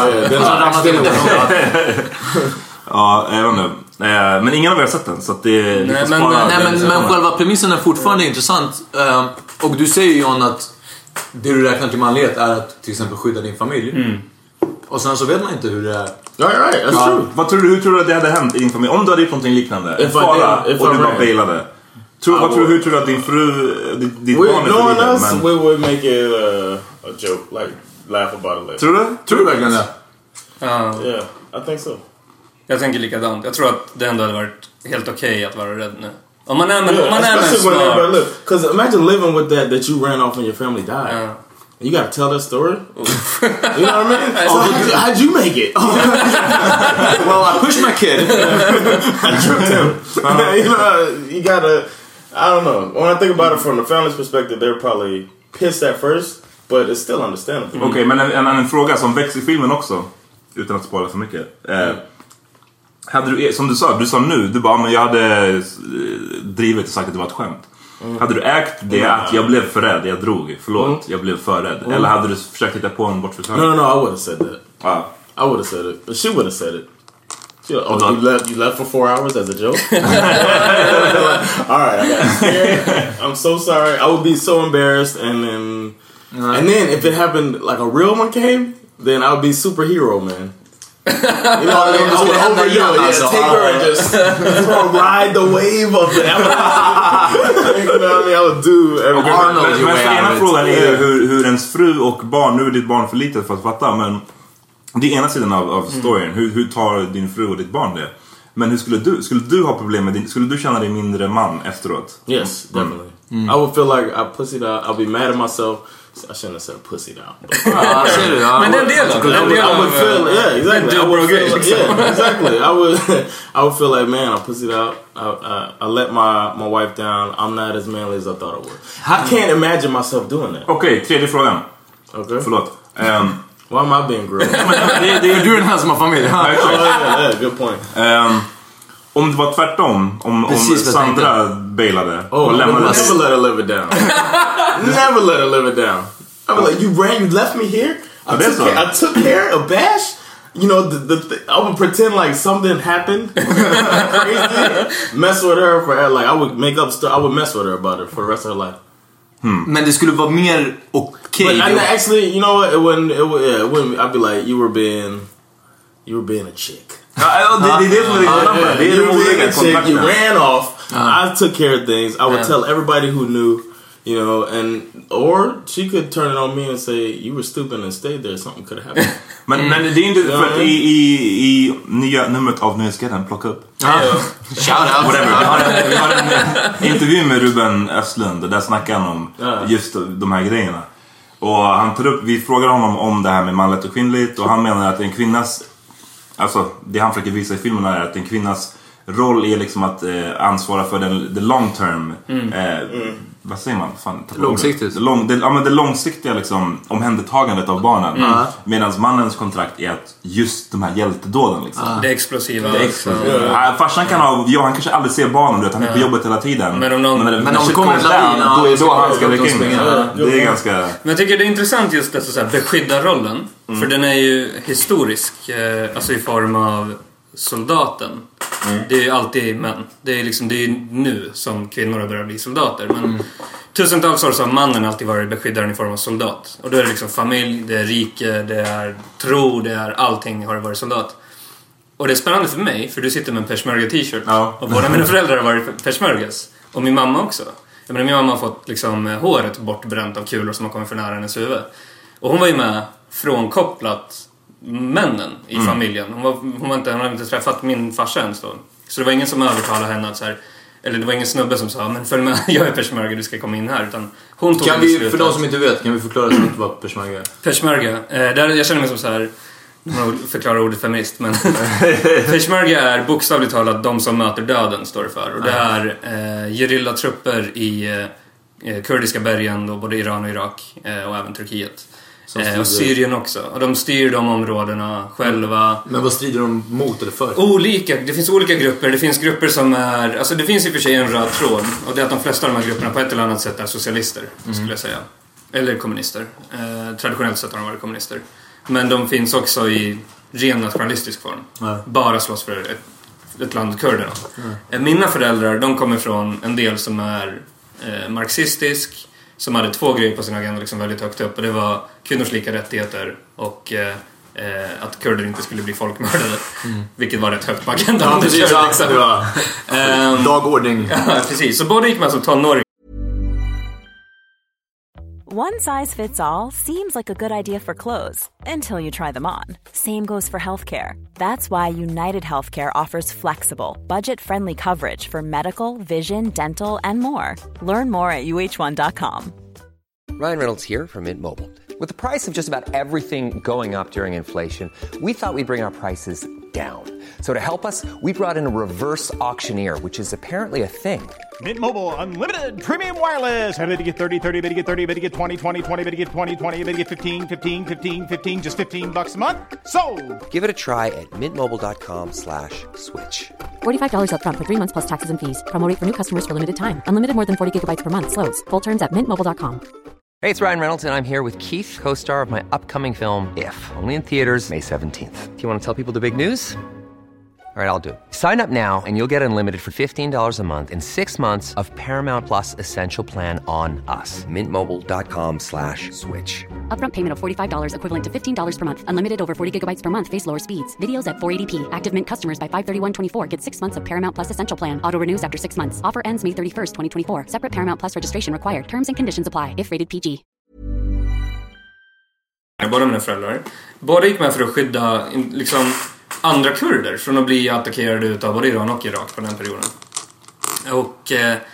ja, jag vet inte. Men ingen har sett den så att det men själva premissen är fortfarande intressant. Och du säger ju John att det du räknar till manlighet är att till exempel skydda din familj. Och sen så vet man inte hur det är. Hur tror du att det hade hänt i din familj? Om du hade gjort någonting liknande, en fara och du bara bailade. Hur tror du att din fru, ditt barn är för liten? We would make it a joke, like laugh about it later. Tror du verkligen det? Yeah, I think so. Jag tänker likadant. Jag tror att det ändå hade varit helt okej att vara rädd nu. Om man är because imagine living with that you ran off and your family died. You gotta tell that story. You know what I mean? So how'd you make it? Well, I pushed my kid. I tripped him. You gotta. I don't know. When I think about it from the family's perspective, they're probably pissed at first, but it's still understandable. Okej, men en fråga som väcks i filmen också, utan att spoila för mycket. Hade du, som du sa nu, du bara, men jag hade drivit och sagt att det var ett skämt. Hade du ägt det att jag blev för rädd, jag drog, förlåt, jag blev för rädd? Eller hade du försökt hitta på en bortförklaring? No, I would have said that. I would have said it. But she would have said it. You left for 4 hours as a joke? Alright, I got scared. I'm so sorry. I would be so embarrassed. And then if it happened, like a real one came, then I would be superhero, man. You know what I mean? I would overdo it. Take her and just ride the wave of it. You know what I mean? I would do everything. Men ena frågan är hur ens fru och barn, nu är ditt barn för litet för att fatta, men det är ena sidan av storyn. Hur tar din fru och ditt barn det? Men hur skulle du ha problem med skulle du känna dig mindre man efteråt? Yes, definitely. I would feel like I pussied out. I'll be mad at myself. I shouldn't have said pussied out. Men den delen. I would feel, yeah, exactly. Exactly. I would feel like, man, I pussied out. I let my wife down. I'm not as manly as I thought I would. I can't imagine myself doing that. Okej, tredje frågan. Okay. Förlåt. Why am I being grilled? Det är du den här som har familj. Yeah, good point. Om det var tvärtom, om Sandra bailade och lämnade... Never let her live it down. Never let her live it down. I was like, you left me here? I took care of Bash? You know, I would pretend like something happened. Crazy. Mess with her for like I would make up stuff. I would mess with her about it for the rest of her life. Men det skulle vara mer okej. But actually, you know what? It wouldn't. I'd be like, you were being a chick. You ran off. I took care of things. I would tell everybody who knew, you know, or she could turn it on me and say you were stupid and stayed there. Something could have happened. Men det är inte för att i nya numret av Nöjesguiden plocka upp. Shout out. Whatever. Vi har en intervju med Ruben Östlund där snackar han om just de här grejerna. Och han tar upp, vi frågar honom om det här med manligt och kvinnligt, och han menar att en kvinnas, alltså det han försöker visa i filmen är att en kvinnas roll är liksom att ansvara för the long term, vad säger man? Långsiktigt. Det långsiktiga liksom, omhändertagandet av barnen. Medan mannens kontrakt är att just de här hjältedåden liksom. Det explosiva. Farsan han kanske aldrig ser barnen, han är på jobbet hela tiden. Men om det kommer down, då är då han ska rycka in. Det är ganska... Men jag tycker det är intressant just det så här, beskydda rollen. För den är ju historisk, alltså i form av soldaten. Det är ju alltid män. Det är liksom, det är nu som kvinnor har börjat bli soldater. Men tusentals år så har mannen alltid varit beskyddaren i form av soldat. Och då är det liksom familj, det är rike, det är tro, det är allting har varit soldat. Och det är spännande för mig, för du sitter med en peshmerga t-shirt. Och båda mina föräldrar har varit peshmergas. Och min mamma också. Jag menar, min mamma har fått liksom håret bortbränt av kulor som har kommit för nära hennes huvud. Och hon var ju med frånkopplat männen i familjen. Hon hade inte träffat min farsa ens då. Så det var ingen som övertalade henne att så här, eller det var ingen snubbe som sa, men följ med, jag är peshmerga, du ska komma in här. Utan hon tog för de som inte vet, kan vi förklara lite vad peshmerga är? Peshmerga, där jag känner mig som så här, Man förklarar ordet feminist, men Peshmerga är bokstavligt talat de som möter döden, står det för. Och det är gerillatrupper i kurdiska bergen då, både Iran och Irak och även Turkiet. Och Syrien också. Och de styr de områdena själva. Men vad strider de mot eller för? Det finns olika grupper. Det finns grupper som är... Alltså det finns i och för sig en röd tråd. Och det är att de flesta av de här grupperna på ett eller annat sätt är socialister, skulle jag säga. Eller kommunister. Traditionellt sett har de varit kommunister. Men de finns också i ren nationalistisk form. Bara slåss för ett land, kurderna. Mina föräldrar, de kommer från en del som är marxistisk, som hade 2 grejer på sin agenda liksom väldigt högt upp. Och det var kvinnors lika rättigheter och att kurder inte skulle bli folkmördade. Vilket var rätt högt på agendan. Ja, precis. Dagordning. Ja, precis. Så båda gick med som tonåring. One size fits all seems like a good idea for clothes until you try them on. Same goes for healthcare. That's why United Healthcare offers flexible, budget-friendly coverage for medical, vision, dental, and more. Learn more at uh1.com. Ryan Reynolds here from Mint Mobile. With the price of just about everything going up during inflation, we thought we'd bring our prices down. So to help us, we brought in a reverse auctioneer, which is apparently a thing. Mint Mobile Unlimited Premium Wireless. How to get 30, 30, bit to get 30, bit to get 20, 20, 20, bit to get 20, 20, bit to get 15, 15, 15, 15, just $15 a month? Sold! Give it a try at mintmobile.com/switch. $45 up front for 3 months plus taxes and fees. Promo rate for new customers for limited time. Unlimited more than 40 gigabytes per month. Slows full terms at mintmobile.com. Hey, it's Ryan Reynolds, and I'm here with Keith, co-star of my upcoming film, If, only in theaters May 17th. Do you want to tell people the big news? All right, I'll do it. Sign up now and you'll get unlimited for $15 a month and 6 months of Paramount Plus Essential Plan on us. mintmobile.com/switch. Upfront payment of $45 equivalent to $15 per month. Unlimited over 40 gigabytes per month. Face lower speeds. Videos at 480p. Active Mint customers by 531.24 get 6 months of Paramount Plus Essential Plan. Auto renews after 6 months. Offer ends May 31st, 2024. Separate Paramount Plus registration required. Terms and conditions apply if rated PG. Båda mina föräldrar. Båda gick med för att skydda liksom andra kurder från att bli attackerade utav både Iran och Irak på den perioden. Och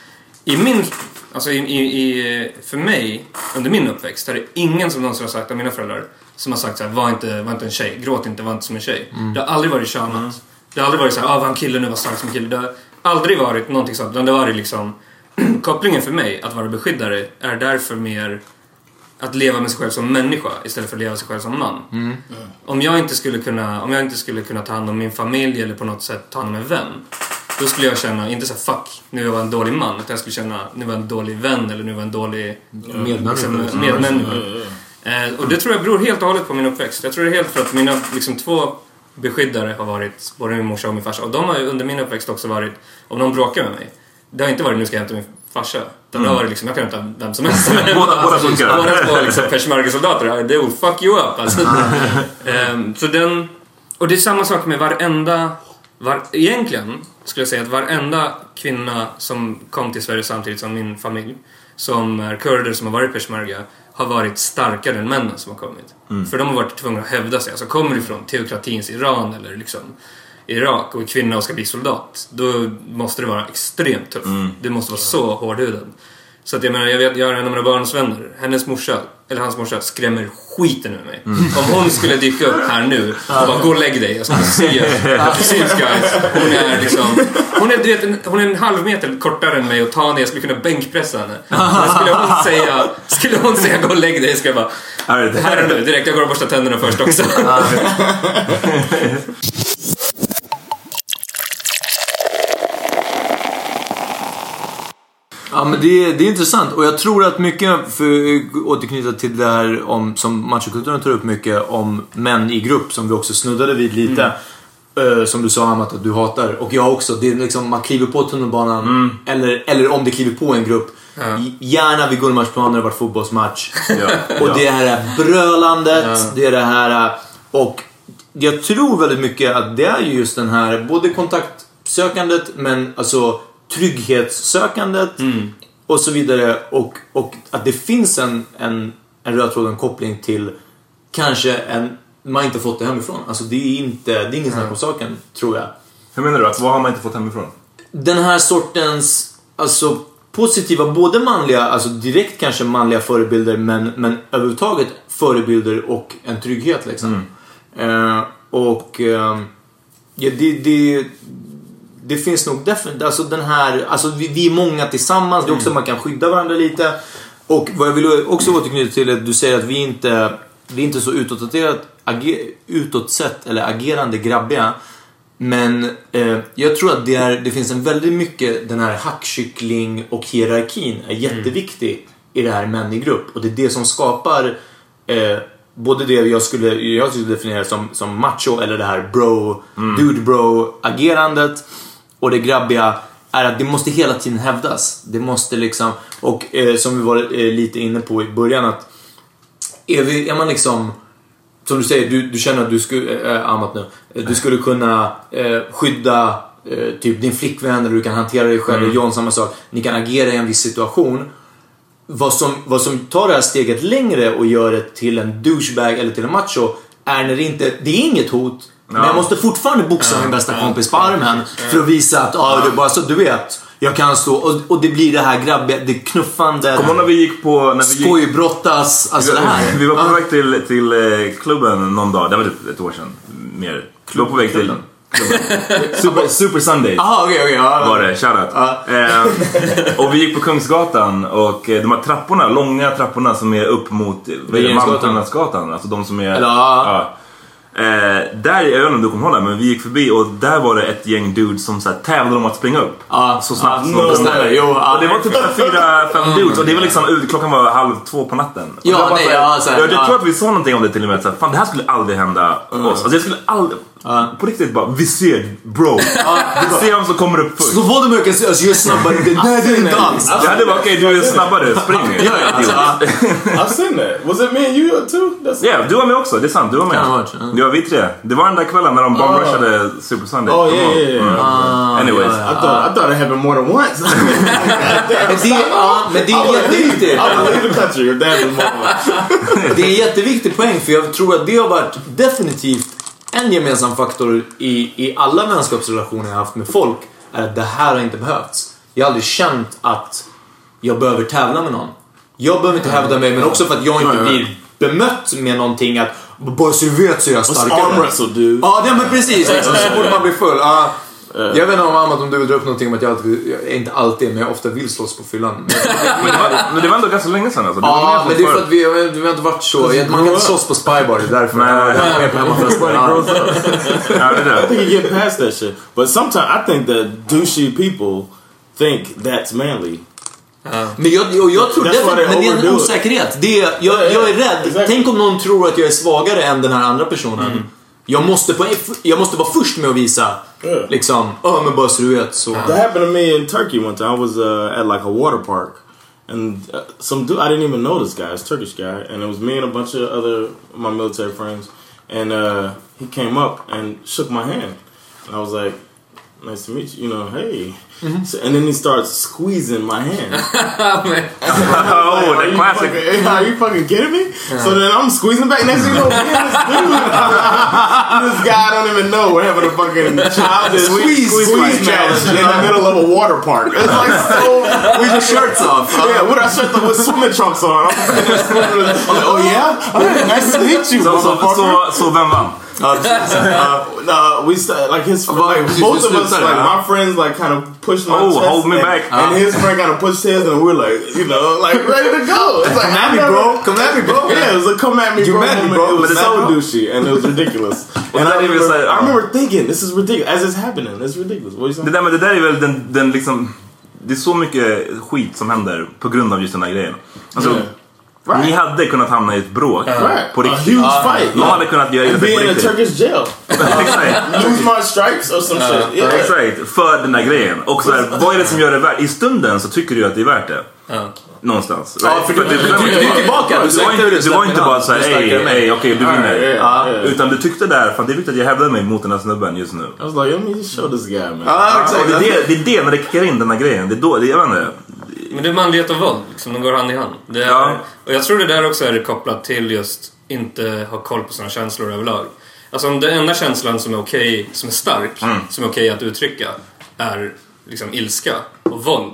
för mig under min uppväxt är det ingen som någonsin har sagt av mina föräldrar som har sagt så här: var inte en tjej, gråt inte, var inte som en tjej. Det har aldrig varit tjänat. Det har aldrig varit så här, var en kille nu, var stark som en kille. Det har aldrig varit någonting sånt. Det har varit liksom kopplingen för mig att vara beskyddare är därför mer att leva med sig själv som människa istället för att leva sig själv som man. Om jag inte skulle kunna ta hand om min familj eller på något sätt ta hand om en vän, då skulle jag känna, inte så här, fuck, nu är jag en dålig man, utan jag skulle känna, nu är jag en dålig vän eller nu är jag en dålig medmänniska. Och det tror jag beror helt och hållet på min uppväxt. Jag tror det är helt för att mina liksom 2 beskyddare har varit både min morsa och min farsa. Och de har ju under min uppväxt också varit, om någon bråkar med mig, det har inte varit nu ska jag hämta min farsa. Det har varit liksom, jag kan hämta vem som helst. Båda två liksom Peshmerga-soldater, they will fuck you up. Alltså. Och det är samma sak med egentligen skulle jag säga att varenda kvinna som kom till Sverige samtidigt som min familj, som är kurder som har varit Peshmerga, har varit starkare än männen som har kommit. För de har varit tvungna att hävda sig. Alltså kommer du från teokratins Iran eller liksom Irak och kvinna och ska bli soldat, då måste det vara extremt tufft. Det måste vara så hårdhudad. Så att jag menar, jag har en av mina barns vänner, hans morsa skrämmer skiten ur mig. Om hon skulle dyka upp här nu och bara gå och lägg dig, jag skulle se hon är en halv meter kortare än mig och ta ner, jag skulle kunna bänkpressa henne. Skulle hon säga gå och lägg dig, ska jag bara här och nu, direkt, jag går och borstar tänderna först också. Ja, men det är intressant. Och jag tror att mycket, för att återknyta till det här om, som machokulturen tar upp mycket om män i grupp, som vi också snuddade vid lite. Som du sa, Amat, att du hatar. Och jag också. Det är liksom, man kliver på tunnelbanan. Eller om det kliver på en grupp. Gärna vid Gullmarsplan när det varit fotbollsmatch. Och det här brölandet. Det är det här. Och jag tror väldigt mycket att det är just den här, både kontaktsökandet, men alltså trygghetssökandet och så vidare, och att det finns en röd tråd, en koppling till kanske man inte fått det hemifrån. Alltså det är ingen snack om saken, tror jag. Hur menar du? Att vad har man inte fått hemifrån? Den här sortens, alltså positiva, både manliga, alltså direkt kanske manliga förebilder, men överhuvudtaget förebilder och en trygghet liksom. Det finns nog definitivt, alltså den här, alltså vi är många tillsammans, det är också man kan skydda varandra lite. Och vad jag vill också återknyta till är att du säger att vi är inte så utåt sett eller agerande grabbiga. Men jag tror att det finns en väldigt mycket, den här hackkyckling och hierarkin är jätteviktig i det här män i grupp. Och det är det som skapar både det jag skulle definiera som macho, eller det här dude bro agerandet, och det grabbiga är att det måste hela tiden hävdas. Det måste liksom, och som vi var lite inne på i början, att är man liksom, som du säger, du känner att du skulle Amat nu, du skulle kunna skydda typ din flickvän, eller du kan hantera dig själv, John samma sak, ni kan agera i en viss situation. Vad som tar det här steget längre och gör det till en douchebag eller till en macho är när det är inget hot, men jag måste fortfarande boxa min bästa kompis på armen för att visa att det är bara så, du vet, jag kan stå, och det blir det här grabbiga, det knuffande. Kommer när vi gick på skojbrottas, alltså det här. Vi var på väg till klubben någon dag, det var typ ett år sedan mer. Vi var på väg till Super Sunday. Okej. Var det, shoutout. Och vi gick på Kungsgatan, och de här trapporna, långa trapporna som är upp mot Malmskillnadsgatan, alltså de som är där, jag vet inte om du kommer hålla, men vi gick förbi, och där var det ett gäng dudes som så här tävlade om att springa upp så snabbt som de kunde. Och det var typ 4-5 dudes, och det var liksom, klockan var 1:30 på natten. Jag tror att vi sa någonting om det till och med, så här, fan, det här skulle aldrig hända oss. Alltså jag skulle aldrig på riktigt bara, vi ser bro, vi ser vem som kommer upp först. Så var det mycket, alltså jag är snabbare. Nej, det är inte alls. Jag hade bara, okej, du är snabbare, spring. I've seen that. Was it me and you too? Ja, du var med också, det är sant, du var med. Det var vi tre. Det var den där kvällen när de bombrushade Super Sunday. Anyways, I thought it happened more than once. Men det är jätteviktigt. Det är en jätteviktig poäng, för jag tror att det har varit definitivt en gemensam faktor i alla vänskapsrelationer jag haft med folk, är att det här har inte behövts. Jag har aldrig känt att jag behöver tävla med någon. Jag behöver inte hävda mig, men också för att jag inte blir bemött med någonting att bara så du vet så är jag starkare. Ja, men precis. Så borde man bli full. Jag vet inte om du vill dra upp någonting om att jag inte alltid, men jag ofta vill slåss på fyllan. Men det var ändå ganra länge sedan alltså. Men det är för att vi har inte varit så. Man kan inte slåss på Spybar, det är därför. I think you get past that shit. But sometimes I think that douchey people think that's manly. Men jag tror det är en osäkerhet. Jag är rädd. Exactly. Tänk om någon tror att jag är svagare än den här andra personen. Jag måste vara först med att visa liksom, men bara så du vet så. That happened to me in Turkey one time. I was at like a water park, and some dude, I didn't even know this guy, this Turkish guy, and it was me and a bunch of other my military friends, and he came up and shook my hand, and I was like, nice to meet you, hey. So, and then he starts squeezing my hand. The classic. Are you fucking kidding me? So then I'm squeezing back. Next thing you know, this guy I don't even know, we're having a fucking childish squeeze match in the middle of a water park. It's like so. With your shirts off. Yeah, with our shirts off, with swimming trunks on. I'm like, oh yeah, nice to meet you. So vem vann? We started, like his both of us, like my friends, like kind of pushed my chest, hold me back, and his friend kind of pushed his, and we're like, like ready to go. It's like, come at me, bro. Yeah, it was like, come at me, bro. It was so douchey, and it was ridiculous. And I remember thinking, this is ridiculous. As it's happening, it's ridiculous. What are you saying? Det där är väl den liksom, det är så mycket skit som händer på grund av just den här grejen. Alltså, ni hade kunnat hamna i ett bråk på riktigt. A huge fight. Någon hade kunnat göra det på riktigt. Be in a Turkish jail. Lose my stripes or some shit. Exakt, för den där grejen. Och så här, vad är det som gör det värt? I stunden så tycker du att det är värt det. Någonstans. Ja, för du är tillbaka. Du var inte bara såhär, hej, okej, du vinner. Utan du tyckte där, fan det är viktigt att jag hävdar mig mot den här snubben just nu. I was like, let me just show this guy, man. Det är det när det kickar in den här grejen. Det är då, jag vet inte. Men det är manlighet och våld, liksom, de går hand i hand. Och jag tror det där också är kopplat till just inte ha koll på sina känslor överlag. Alltså om den enda känslan som är okej, som är stark, som är okej att uttrycka, är liksom ilska och våld,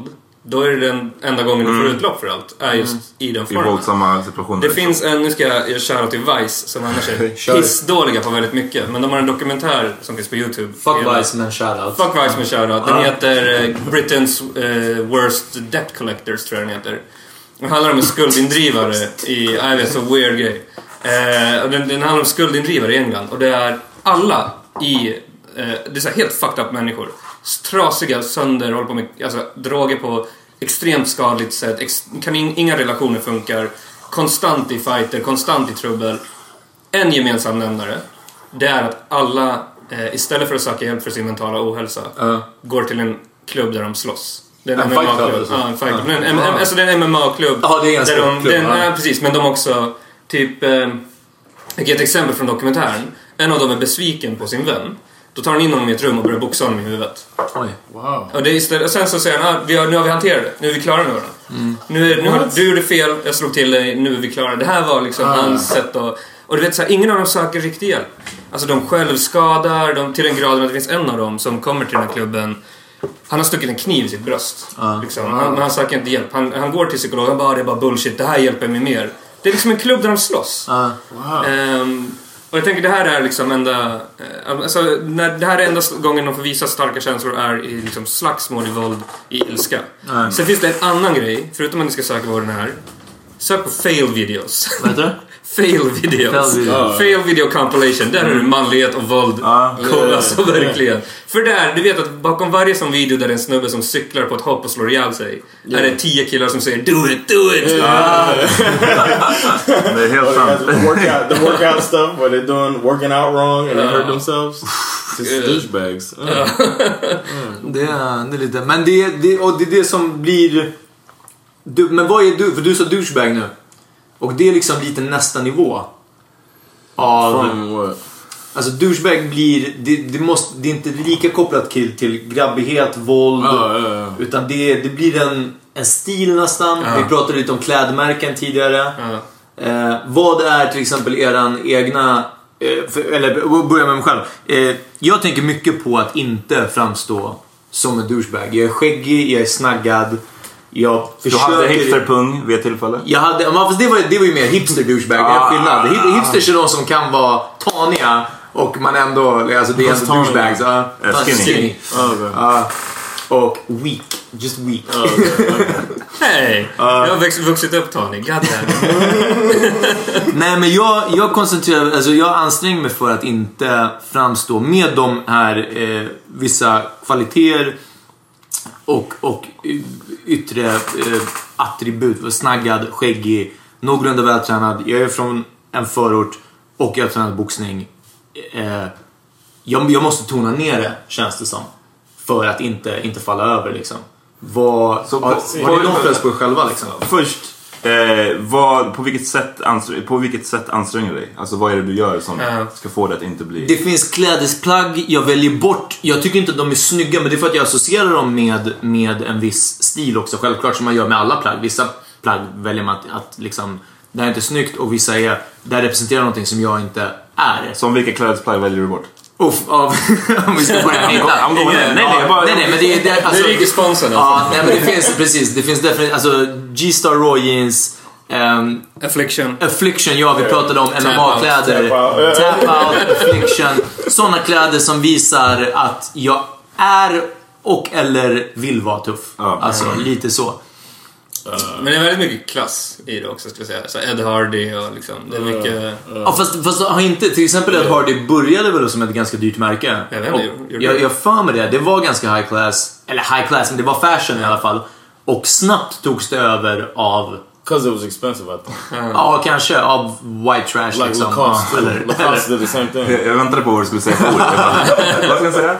då är det den enda gången du får utlopp för allt. Är just i den formen. I våldsamma situationer. Det finns en, nu ska jag köra till Vice som annars är pissdåliga på väldigt mycket. Men de har en dokumentär som finns på YouTube. Fuck Vice med en shoutout. Fuck Vice med shoutout. Den heter Britain's Worst Debt Collectors, tror jag den heter. Den handlar om en skuldindrivare i, jag vet, så weird grej. Den handlar om skuldindrivare i England. Och det är alla i, det är så här helt fucked up människor. Trasiga, sönder, håller på med alltså, droger på extremt skadligt sätt. Inga relationer funkar. Konstant i fighter, konstant i trubbel. En gemensam nämnare, det är att alla istället för att söka hjälp för sin mentala ohälsa går till en klubb där de slåss. Det är en MMA-klubb. Ja, en fight. Alltså det är en MMA-klubb. Ja, det är en sportklubb. Precis, men de också typ jag ger ett exempel från dokumentären. En av dem är besviken på sin vän. Då tar han in honom i ett rum och börjar boxa honom i huvudet. Oj, wow. Och det är istället, och sen så säger han, nu har vi hanterat det. Nu är vi klara nu. Nu har du gjorde fel, jag slog till dig, nu är vi klara. Det här var liksom hans sätt att... Och du vet så här, ingen av dem söker riktig hjälp. Alltså de självskadar, till en grad att det finns en av dem som kommer till den här klubben. Han har stuckit en kniv i sitt bröst. Liksom. Men han söker inte hjälp. Han går till psykologen, det är bara bullshit, det här hjälper mig mer. Det är liksom en klubb där de slåss. Och jag tänker det här är liksom enda alltså, det här är enda gången de får visa starka känslor är i liksom slagsmål, i våld, i ilska. Sen finns det en annan grej, förutom att ni ska söka vad den är. Sök på fail videos. Vad heter det? Fail videos. Fail video compilation. Där är det manlighet och våld. Alltså verkligen. För där, du vet att bakom varje sån video där det är en snubbe som cyklar på ett hopp och slår ihjäl sig, är det 10 killar som säger do it. Det är helt sant. The workout stuff where they're doing working out wrong and they hurt themselves. Just douchebags. Det är lite. Men det är det som blir. Men vad är du? För du sa douchebag nu. Och det är liksom lite nästa nivå av... Alltså douchebag blir... Det är inte lika kopplat till grabbighet, våld. Utan det blir en stil nästan. Vi pratade lite om klädmärken tidigare. Vad är till exempel eran egna... eller börja med mig själv. Jag tänker mycket på att inte framstå som en douchebag. Jag är skäggig, jag är snaggad. Du hade hipsterpung vid ett tillfälle? Jag hade, fast det var ju mer hipster douchebag. Det är skillnad. Hipsters är de som kan vara taniga och man ändå, alltså det är ändå douchebags. Skinny. Och weak. Just weak. Hej, jag har vuxit upp tanig. Nej, men jag koncentrerar, alltså jag anstränger mig för att inte framstå med de här vissa kvaliteter och yttre attribut, snaggad, skäggig, någorlunda vältränad. Jag är från en förort och jag har tränat boxning. Jag måste tona ner det, känns det som, för att inte falla över liksom. Har ni någon press på er själva liksom? Först, på vilket sätt anstränger dig? Alltså vad är det du gör som ska få det att inte bli... Det finns klädesplagg jag väljer bort. Jag tycker inte att de är snygga, men det är för att jag associerar dem med en viss stil också. Självklart som man gör med alla plagg. Vissa plagg väljer man att liksom, det är inte snyggt, och vissa där representerar någonting som jag inte är. Som vilka klädesplagg väljer du bort? Om vi ska börja hitta. Nej, men det är alltså, det ligger sponsorn. Ja, nej, men det finns precis. Det finns definitivt alltså G-Star Raw jeans, Affliction, ja, vi pratade om MMA-kläder. Tap out, Affliction. Såna kläder som visar att jag är och eller vill vara tuff. Alltså lite så. Men det är väldigt mycket klass i det också, skulle jag säga. Så Ed Hardy och liksom, det är mycket... Ja, fast har inte, till exempel Ed Hardy började väl som ett ganska dyrt märke. Jag för mig det var ganska high class. Eller high class, men det var fashion i alla fall. Och snabbt togs det över av... Because it was expensive, I think. Ja, kanske av white trash like liksom. Lacoste did the same thing. Jag väntade på vad du skulle säga. Vad ska jag säga?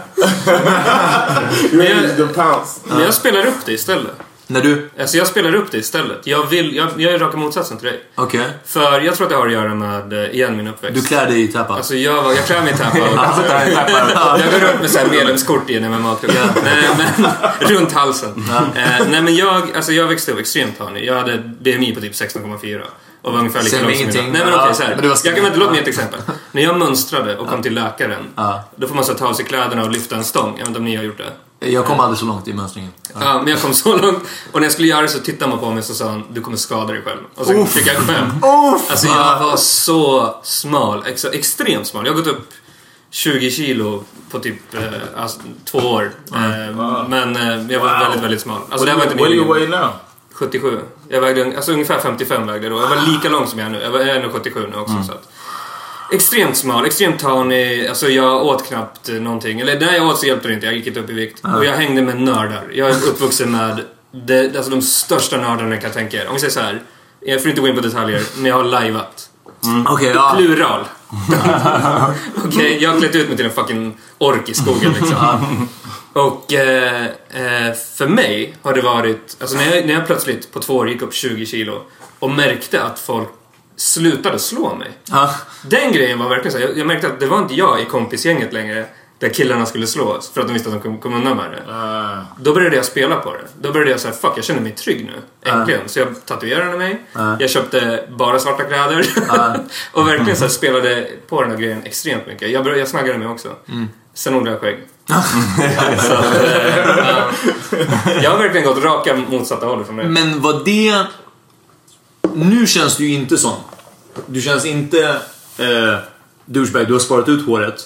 Men jag spelar upp det istället. När du? Alltså jag spelar upp det istället. Jag är raka motsatsen till dig. Okej. För jag tror att det har att göra med, igen, min uppväxt. Du klär dig i tappa. Alltså jag klär mig i tappa. Jag går runt med så här medlemskort i en MMA-klubb. Nej, men runt halsen. Nej, men jag växte upp extremt tanig. Jag hade BMI på typ 16,4. Och var ungefär lika lång som mina. Nej, men okej, så här. Jag kan inte låta mig ett exempel. När jag mönstrade och kom till läkaren, då får man så ta av sig kläderna och lyfta en stång. Jag vet inte om ni har gjort det. Jag kom aldrig så långt i mönstringen. Ja, men jag kom så långt. Och när jag skulle göra det så tittade man på mig och så sa han, du kommer skada dig själv. Och så fick jag skämt. Alltså jag var så smal, extremt smal. Jag har gått upp 20 kilo på typ 2 år. Men jag var väldigt, väldigt smal. Alltså det var inte What do you weigh now? 77. Jag vägde ungefär 55 vägde då. Jag var lika lång som jag är nu. Jag är nu 77 nu också så att. Extremt smal, extremt tawny. Alltså jag åt knappt någonting. Eller när jag åt så hjälpte det inte, jag gick inte upp i vikt. Och jag hängde med nördar. Jag är uppvuxen med alltså de största nördarna jag kan tänka er. Om vi säger så här, jag får inte gå in på detaljer, men jag har liveat. Plural. Okej, jag har klätt ut mig till en fucking ork i skogen liksom. Och för mig har det varit, alltså när jag plötsligt på 2 år gick upp 20 kilo och märkte att folk slutade slå mig. Den grejen var verkligen så. Jag märkte att det var inte jag i kompisgänget längre där killarna skulle slås för att de visste att de kom undan med det. Då började jag spela på det. Då började jag säga, fuck, jag känner mig trygg nu. Äntligen. Så jag tatuerade mig. Jag köpte bara svarta kläder. Och verkligen så här, spelade på den här grejen extremt mycket. Jag snaggade mig också. Sen odlade jag skägg. Så att, jag har verkligen gått raka motsatta hållet från det. Men vad det... Nu känns du ju inte sån. Du känns inte douchebag, du har sparat ut håret.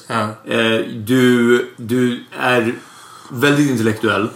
Du är väldigt intellektuell.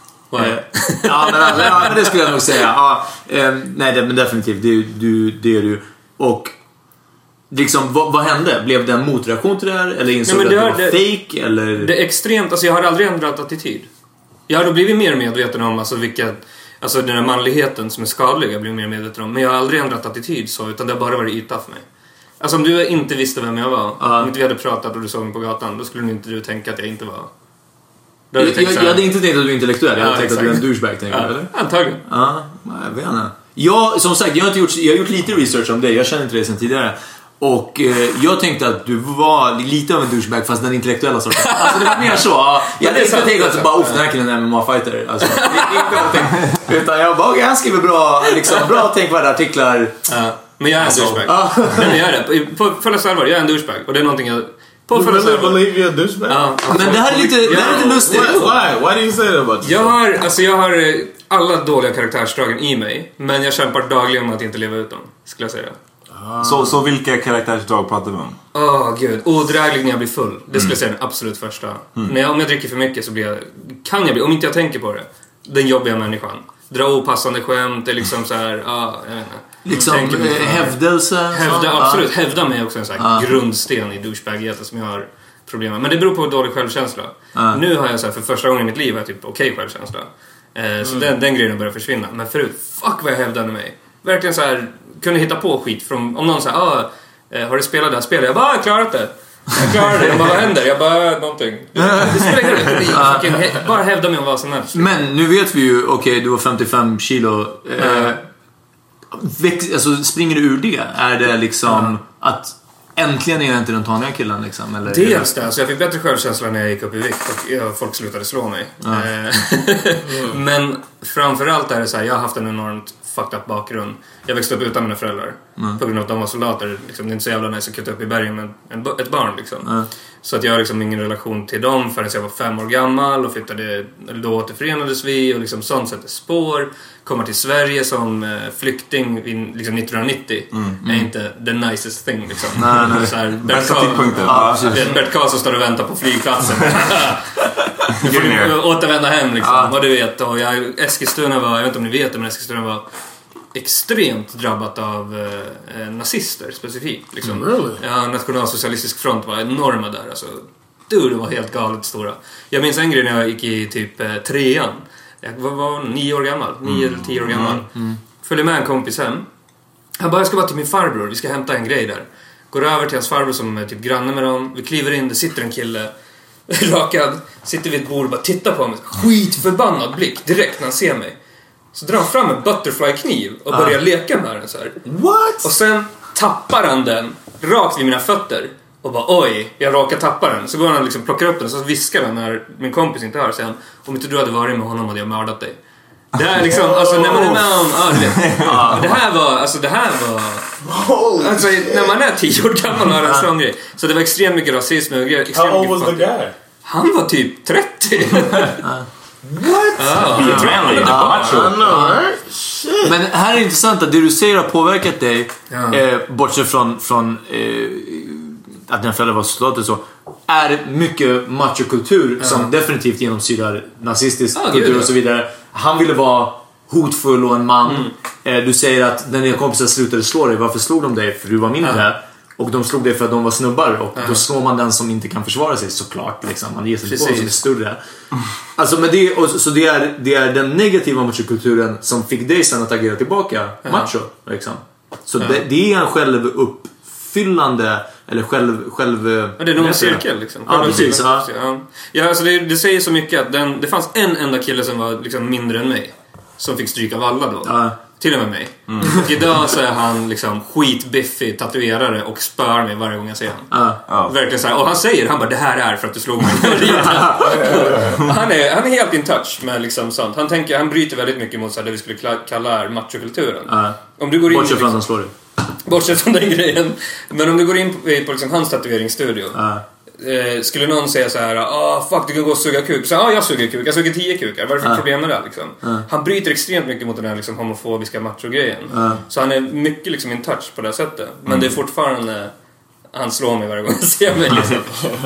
Men det skulle jag nog säga. Nej, men definitivt det är du. Och liksom, vad hände? Blev det en motreaktion till det här? Eller insåg att det var fake? Eller? Det är extremt, alltså jag har aldrig ändrat attityd. Jag har då blivit mer medveten om alltså den här manligheten som är skadlig, jag blir mer medveten om. Men jag har aldrig ändrat attityd så, utan det har bara varit yta för mig. Alltså om du inte visste vem jag var, om inte vi hade pratat och du såg mig på gatan, då skulle inte du tänka att jag inte var. Jag hade inte tänkt att du är intellektuell. Jag hade tänkt att du är en douchebag, tänker jag, eller? Antagligen. Jag vet inte. Som sagt, jag har gjort lite research om det. Jag känner inte det sedan tidigare. Och jag tänkte att du var lite av en douchebag, fast den intellektuella sorten. Alltså det var mer så. Jag hade inte tänkt att bara den här killen är MMA-fighter. Alltså, utan jag bara, han skriver bra tänkvärda artiklar. Men jag är en douchebag. Men jag är det. På fullaste allvar, jag är en douchebag. Och det är någonting jag... You really believe you're a douchebag? Men det här är lite lustigt. Why do you say that about jag har alla dåliga karaktärsdragen i mig, men jag kämpar dagligen med att inte leva ut dem, skulle jag säga. Så vilka karaktärsdrag pratar vi om? Gud, odräglig när jag blir full. Det skulle jag säga den absolut första. Om jag dricker för mycket så kan jag bli, om inte jag tänker på det, den jobbiga människan. Dra opassande skämt, det är liksom så här, jag vet inte. Liksom hävdelse. Absolut, hävda mig också en sån här grundsten i douchebagigheten som jag har problem med. Men det beror på dålig självkänsla. Nu har jag så här, för första gången i mitt liv har jag typ okej självkänsla. Så den grejen börjar försvinna. Men förut, fuck vad jag hävdade mig. Verkligen så här, kunde hitta på skit från, om någon säger, har du spelat det här spelet? Jag bara, jag har klarat det. Jag klarar det. Jag bara, vad händer? Jag bara, någonting. Det spelar ingen roll. Bara hävda mig om vad som helst. Men nu vet vi ju, okej, du var 55 kilo. Alltså, springer du ur det? Är det liksom att äntligen är jag inte den taniga killen liksom? Eller dels det, alltså jag fick bättre självkänsla när jag gick upp i vikt och folk slutade slå mig. Men framförallt är det så här, jag har haft en enormt fucked up bakgrund. Jag växte upp utan mina föräldrar på grund av att de var soldater liksom. Det är inte så jävla nice att kuta upp i bergen med ett barn liksom. Så att jag har liksom ingen relation till dem förrän jag var 5 år gammal och flyttade, då återförenades vi och liksom sånt sätter spår. Komma till Sverige som flykting liksom 1990 är inte the nicest thing liksom. Nej. Så här, Bert Karlsson står och väntar på flygplatsen. Återvända hem liksom. Och du vet, och Eskilstuna var, jag vet inte om ni vet det, men Eskilstuna var extremt drabbat av nazister specifikt liksom. Really? Nationalsocialistisk front var enorma där alltså. Det var helt galet stora. Jag minns en grej när jag gick i typ 3:an. Jag var 9 år gammal, 9 eller 10 år gammal. Följde med en kompis hem. Han bara, jag ska bara till min farbror, vi ska hämta en grej där. Går över till hans farbror som är typ granne med dem. Vi kliver in, det sitter en kille rakad, sitter vid ett bord och bara tittar på mig. Skitförbannad blick direkt när han ser mig. Så drar han fram en butterfly-kniv och börjar leka med den så här. What? Och sen tappar han den rakt vid mina fötter. Och bara, oj, jag råkar tappa den. Så går han och liksom plockar upp den. Så viskar han när min kompis inte hör. Säger han, om inte du hade varit med honom hade jag mördat dig. Det är liksom, alltså när man är med om det här var alltså när man är 10 år gammal har en sån grej. Så det var extremt mycket rasism och grejer. How old was the guy? Han var typ 30. Men här är det intressant att det du säger har påverkat dig, bortsett från att dina föräldrar var soldater så, är mycket machokultur som definitivt genomsyrar nazistisk kultur och så vidare. Han ville vara hotfull och en man. Du säger att när dina kompisar slutade slå dig, varför slog de dig? För du var mindre. Och de slog dig för att de var snubbar. Och då slår man den som inte kan försvara sig, såklart liksom. Man ger sig på som är större. Alltså, men det är den negativa machokulturen som fick dig sen att agera tillbaka macho liksom. Så det är en självuppfyllande eller själv det är nog en cirkel liksom. Ja, precis. Ja, alltså det säger så mycket att det fanns en enda kille som var liksom mindre än mig, som fick stryk av alla då. Till och med mig. Och idag så är han liksom skitbiffig tatuerare och spör mig varje gång jag ser han. Verkligen så här. Och han bara, det här är för att du slog mig. Han är helt in touch med liksom sånt. Han bryter väldigt mycket mot så här, det vi skulle kalla machokulturen. Om du går in bortsett från att han slår dig. Bortsett från den grejen. Men om du går in på liksom hans tatueringsstudio, skulle någon säga så här, fuck, du kan gå och suga kuk. Så jag suger kuk, jag suger 10 kukar. Vad är det för problem med det liksom? Han bryter extremt mycket mot den här liksom homofobiska macho-grejen. Så han är mycket liksom in touch på det sättet. Men det är fortfarande, han slår mig varje gång jag ser mig liksom.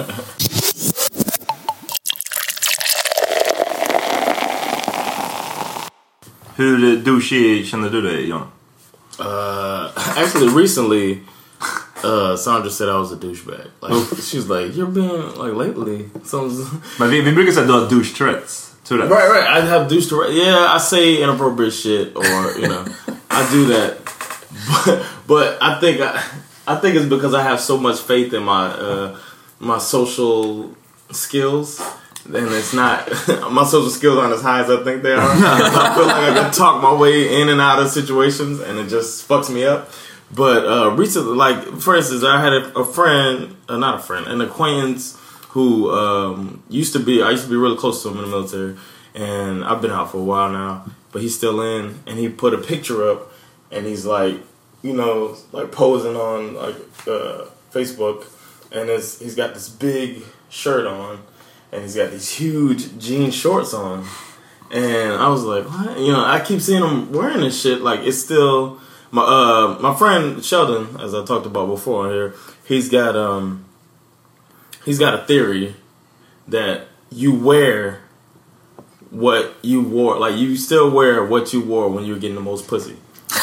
Hur douchey känner du dig, John? Actually, recently, Sandra said I was a douchebag. Like, she's like, you're being like lately. Men vi brukar säga att du har douche Tourette's. Right. I have douche Tourette's. Yeah, I say inappropriate shit, or I do that. But I think it's because I have so much faith in my social skills. And it's not, my social skills aren't as high as I think they are. I feel like I can talk my way in and out of situations, and it just fucks me up. But recently, like, for instance, I had an acquaintance who I used to be really close to him in the military, and I've been out for a while now, but he's still in, and he put a picture up, and he's like, like posing on like Facebook, and he's got this big shirt on, and he's got these huge jean shorts on. And I was like, what? I keep seeing him wearing this shit. Like, it's still... My friend Sheldon, as I talked about before here, he's got a theory that you wear what you wore. Like, you still wear what you wore when you were getting the most pussy.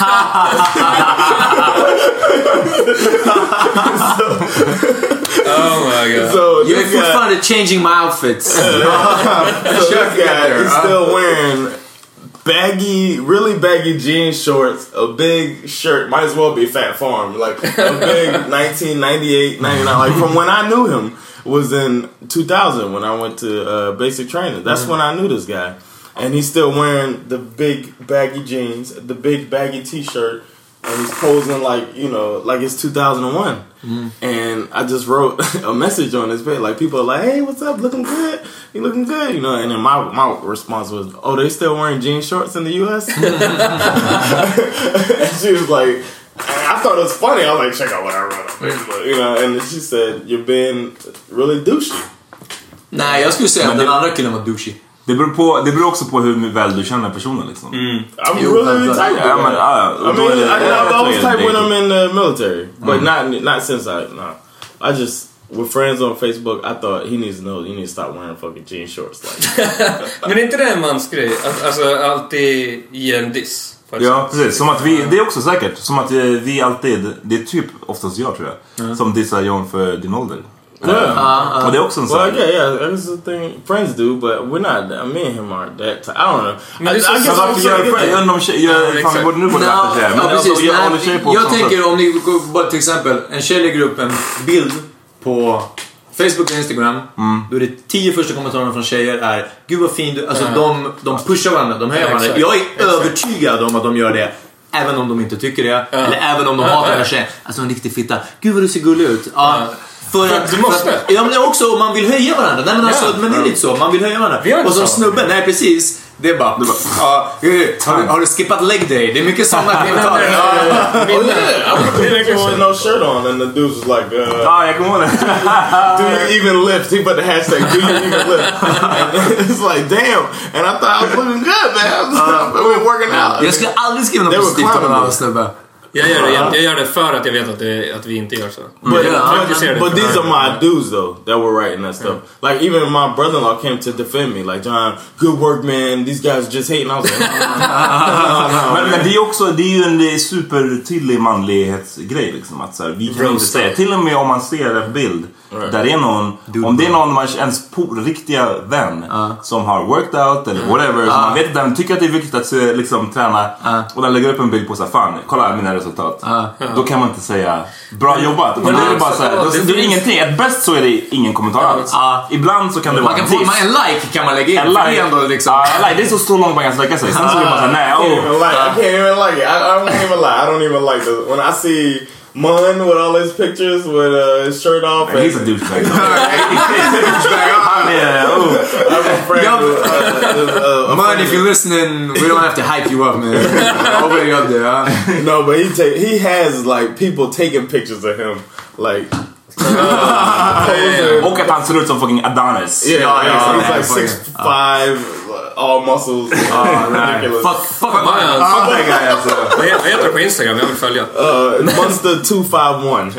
Oh my god. So you're fortfarande changing my outfits. So this guy is still wearing really baggy jean shorts, a big shirt, might as well be Fat Farm, like a big 1998, 99, like from when I knew him was in 2000 when I went to basic training. That's when I knew this guy. And he's still wearing the big baggy jeans, the big baggy t-shirt, and he's posing like, like it's 2001. And I just wrote a message on his page. Like, people are like, hey, what's up? Looking good? You looking good? And then my response was, oh, they still wearing jean shorts in the U.S.? And she was like, I thought it was funny. I was like, check out what I wrote on Facebook. And she said, you're being really douchey. Nej, jag skulle säga att den andra killen var douchey. Det beror också på hur väl du känner personen liksom. I'm really tight with him. I was tight with him in the military, but not since I just with friends on Facebook. I thought he needs to know you need to stop wearing fucking jean shorts. Like. Men inte det en mansgrej? Alltså alltid ge en diss. Ja, precis. Som att det är också säkert. Som att vi alltid, det är typ oftast jag tror jag, som dissar John för din ålder. Och det är också en sak. Yeah, that's the thing friends do, but we're not. Me and him aren't that. I don't know. Jag tänker om ni går till exempel en tjej lägger upp en bild på Facebook och Instagram, då är det 10 första kommentarerna från tjejer är gud vad fin du, alltså de pushar varandra, de höjer varandra. Jag är övertygad om att de gör det. Även om de inte tycker det, eller även om de hatar den här tjejen. Alltså en riktig fitta. Gud vad du ser gullig ut. För att du måste. Ja, men också man vill höja varandra. Nej, men alltså, men det är lite så. Man vill höja varandra. Och som snubben, nej precis. Det är bara... har du skippat leg day? Det är mycket sådana kommentarer. I with no shirt on and the dude was like, jag kommer ihåg det. do you even lift? He put the hashtag, do you even lift? And it's like, damn. And I thought I was looking good, man. I've been working out. Jag skulle aldrig skriva något positivt om en annan snubbe. Jag gör det för att jag vet att vi inte gör så. But these are my dudes though that were writing that stuff. Like even my brother-in-law came to defend me. Like, John, good work, man. These guys just hating. I was like, men det är också, det är ju en supertydlig manlighetsgrej liksom, att så här, vi kan inte säga, till och med om man ser en bild där är någon, om det är någon ens riktiga vän som har worked out eller whatever, så man vet att den tycker att det är viktigt att liksom träna och den lägger upp en bild på så här, fan, kolla mina resultat. Då kan man inte säga bra jobbat. Men det är bara så här, det är ingenting. Ett bäst så är det ingen kommentar alls. Ibland så kan det vara man kan få en like kan man lägga in. En like ändå liksom. Det är så långt man kan sträcka sig. Sen så är det bara så här, nej. I can't even like it. I don't even like this. When I see Mun with all his pictures with his shirt off. He's a douchebag. I'm a friend Mun, if you're listening, we don't have to hype you up, man. Already up there, No, but he has like people taking pictures of him, like. Och att han ser ut som fucking Adonis. He's like 6'5", all muscles. Ridiculous. Fuck that guy alltså. Vad heter du på Instagram? Jag vill följa. Monster 251.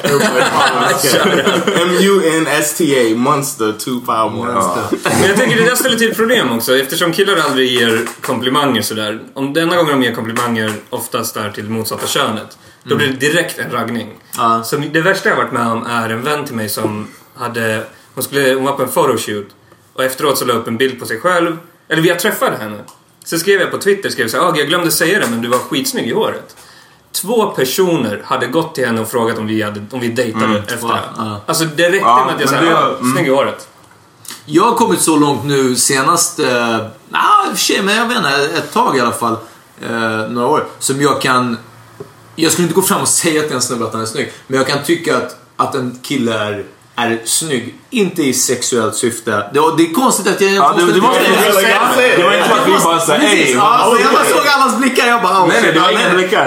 MUNSTA. Monster 251. Men jag tänker det där ställer till problem också, eftersom killar aldrig ger komplimanger sådär. Om denna gången de ger komplimanger oftast där till motsatta könet, då blir det direkt en raggning. Så det värsta jag varit med om är en vän till mig som hon var på en photoshoot och efteråt så la upp en bild på sig själv. Eller jag träffade henne. Så skrev jag på Twitter, skrev så här, jag glömde säga det, men du var skitsnygg i håret. 2 personer hade gått till henne och frågat om vi dejtade efter det. Alltså det räckte med att jag sa, snygg i håret. Jag har kommit så långt nu senast, men jag vet inte, ett tag i alla fall, några år, som jag skulle inte gå fram och säga till en snubbe att han är snygg, men jag kan tycka att en kille är snygg, inte i sexuellt syfte. Det är konstigt att jag måste... Det var inte att vi bara sa hej. Jag bara såg allas blickar, jag bara... Nej, det var inga blickar.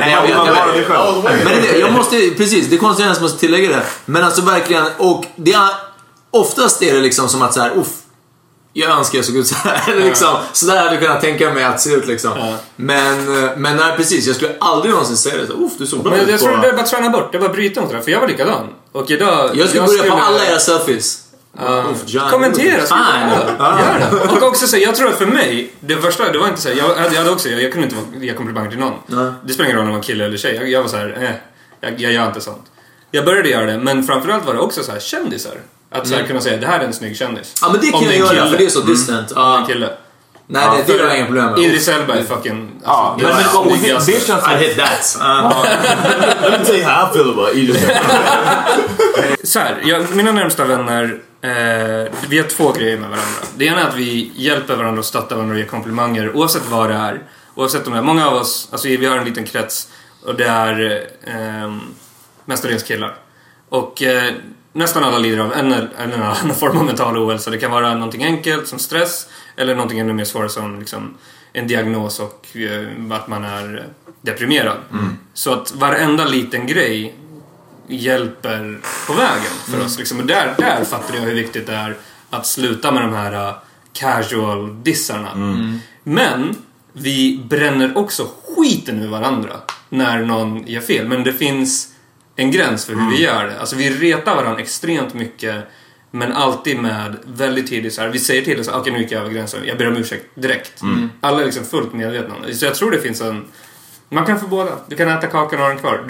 Jag måste, precis, det är konstigt att jag måste tillägga det. Men alltså verkligen, och det är, oftast är det liksom som att så här, jag önskar jag såg ut så här liksom. Så där hade jag kunnat tänka mig att se ut liksom. Men nej, precis, jag skulle aldrig någonsin säga det så. Du såg bra ut. Jag tror det är bara att träna bort, det är bara bryta mot det. För jag var likadan. Och idag jag skulle börja på alla era selfies. Kommentera, gör det. Och också så, jag tror att för mig det första, det var inte så här, jag kunde inte ge komplimanger till någon. Det spelar ingen roll om man var kille eller tjej. Jag var så här, jag gör inte sånt. Jag började göra det, men framförallt var det också så här kändisar. Att så här kunna säga, det här är en snygg kändis. Ja, men det kan jag göra, för det är så distant. En kille. Nej, det är inga problem med. Idris Elba är fucking... det känns... I hit that. Let me tell you how I feel about Idris Elba. Så här, mina närmsta vänner, vi har 2 grejer med varandra. Det ena är att vi hjälper varandra och stöttar varandra och ger komplimanger, oavsett vad det är. Oavsett om det är, många av oss, alltså vi har en liten krets, och det är mestadels killar. Och nästan alla lider av en annan form av mental ohälsa. Det kan vara någonting enkelt som stress, eller någonting ännu mer svårt som liksom en diagnos och att man är deprimerad. Så att varenda liten grej hjälper på vägen för oss liksom. Och där fattar jag hur viktigt det är att sluta med de här casual dissarna. Men vi bränner också skiten ur varandra när någon gör fel. Men det finns en gräns för hur vi gör det. Alltså vi retar varandra extremt mycket, men alltid med väldigt tidigt så här, vi säger till oss, okej, nu gick jag över gränsen, jag ber om ursäkt direkt. Alla är liksom fullt medvetna om det. Så jag tror det finns man kan få båda. Du kan äta kakan och ha den kvar.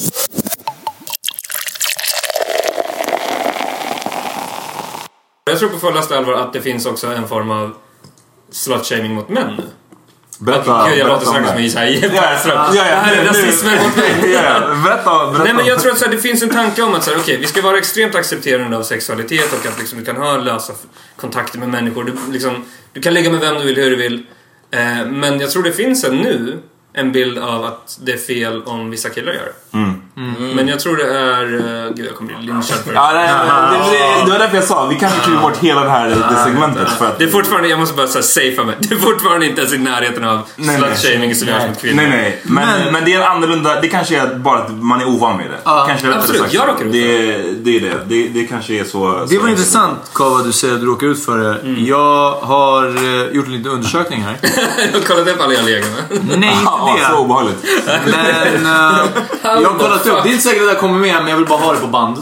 Jag tror på fullaste allvar att det finns också en form av slut-shaming mot män. Berätta. Jag låter snacka som Isa i. Det här är rasismen mot mig. Berätta. Nej, men jag tror att så här, det finns en tanke om att så här, okej, vi ska vara extremt accepterande av sexualitet och att liksom, du kan ha lösa kontakter med människor. Du kan lägga med vem du vill, hur du vill. Men jag tror det finns nu en bild av att det är fel om vissa killar gör det. Men jag tror det är... Gud, jag kommer bli lynchad för det. Det var därför jag sa, vi kanske kliver bort hela det här det segmentet. För att... Det är fortfarande, jag måste bara så här safea mig. Det är fortfarande inte ens i närheten av slut-shaming som görs mot kvinnor. Nej. Men det är en annorlunda, det kanske är bara att man är ovan med det. Kanske absolut, jag råkar ut för det. Det kanske är så... Det var intressant, Kava, du säger att du råkar ut för det. Jag har gjort en liten undersökning här. Jag har kollat upp alla jag legat med. Nej, inte det. Så obehagligt. Men jag har kollat upp. Det är inte säkert att det kommer med, men jag vill bara ha det på band.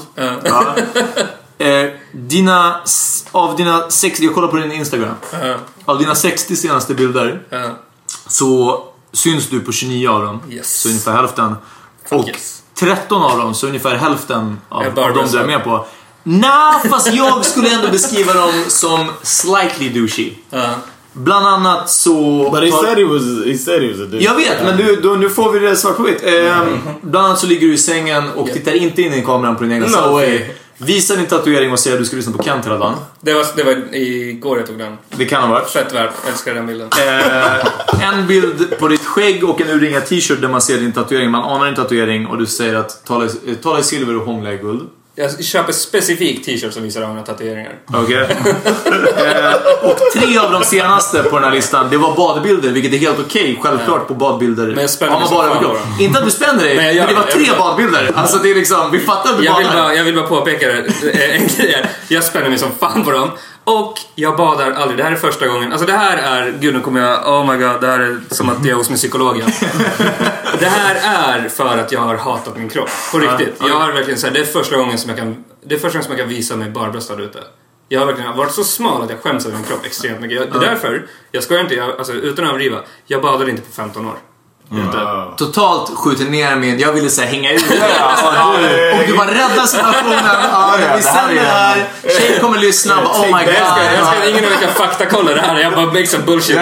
Av dina 60, jag kollar på din Instagram. Av dina 60 senaste bilder så syns du på 29 av dem. Så ungefär hälften. Och 13 av dem, så ungefär hälften av dem du är med på. Fast jag skulle ändå beskriva dem som slightly douchey. Bland annat så... But he said he was a douche. Jag vet, men nu får vi det svart på vitt. Bland annat så ligger du i sängen och tittar inte in i kameran på din egen Visa din tatuering och säga att du ska lyssna på Kent hela dagen. Det var igår jag tog den. Det kan ha varit. Fett värt, älskar den bilden. En bild på ditt skägg och en urringad t-shirt där man ser din tatuering. Man anar din tatuering och du säger att tala i silver och hångla i guld. Jag köper specifikt t-shirt som visar av mina tatueringar. Okej. Och 3 av de senaste på den här listan, det var badbilder, vilket är helt okej. Självklart på badbilder. Men jag spänner mig bara inte att du spänner dig, men det var 3 badbilder. Alltså det är liksom, vi fattar att du jag vill bara påpeka det. En grej. Jag spänner mig som fan på dem. Och jag badar aldrig. Det här är första gången. Alltså det här är... Gud, nu kommer jag... Oh my god, det här är som att jag är hos min psykolog. Det här är för att jag har hatat min kropp. På riktigt. Jag har verkligen så här, det är första gången som jag kan visa mig barbröstad ute. Jag har verkligen varit så smal att jag skäms över min kropp extremt mycket. Det är därför, jag ska inte... Alltså utan att överdriva, jag badade inte på 15 år. Totalt skjuter ner min. Jag ville säga hänga ut. Och du bara rädda situationen. Vi sänder det här. Tjejen kommer lyssna. Oh my god. Jag ska ingen vecka faktakolla det här. Jag bara make some bullshit.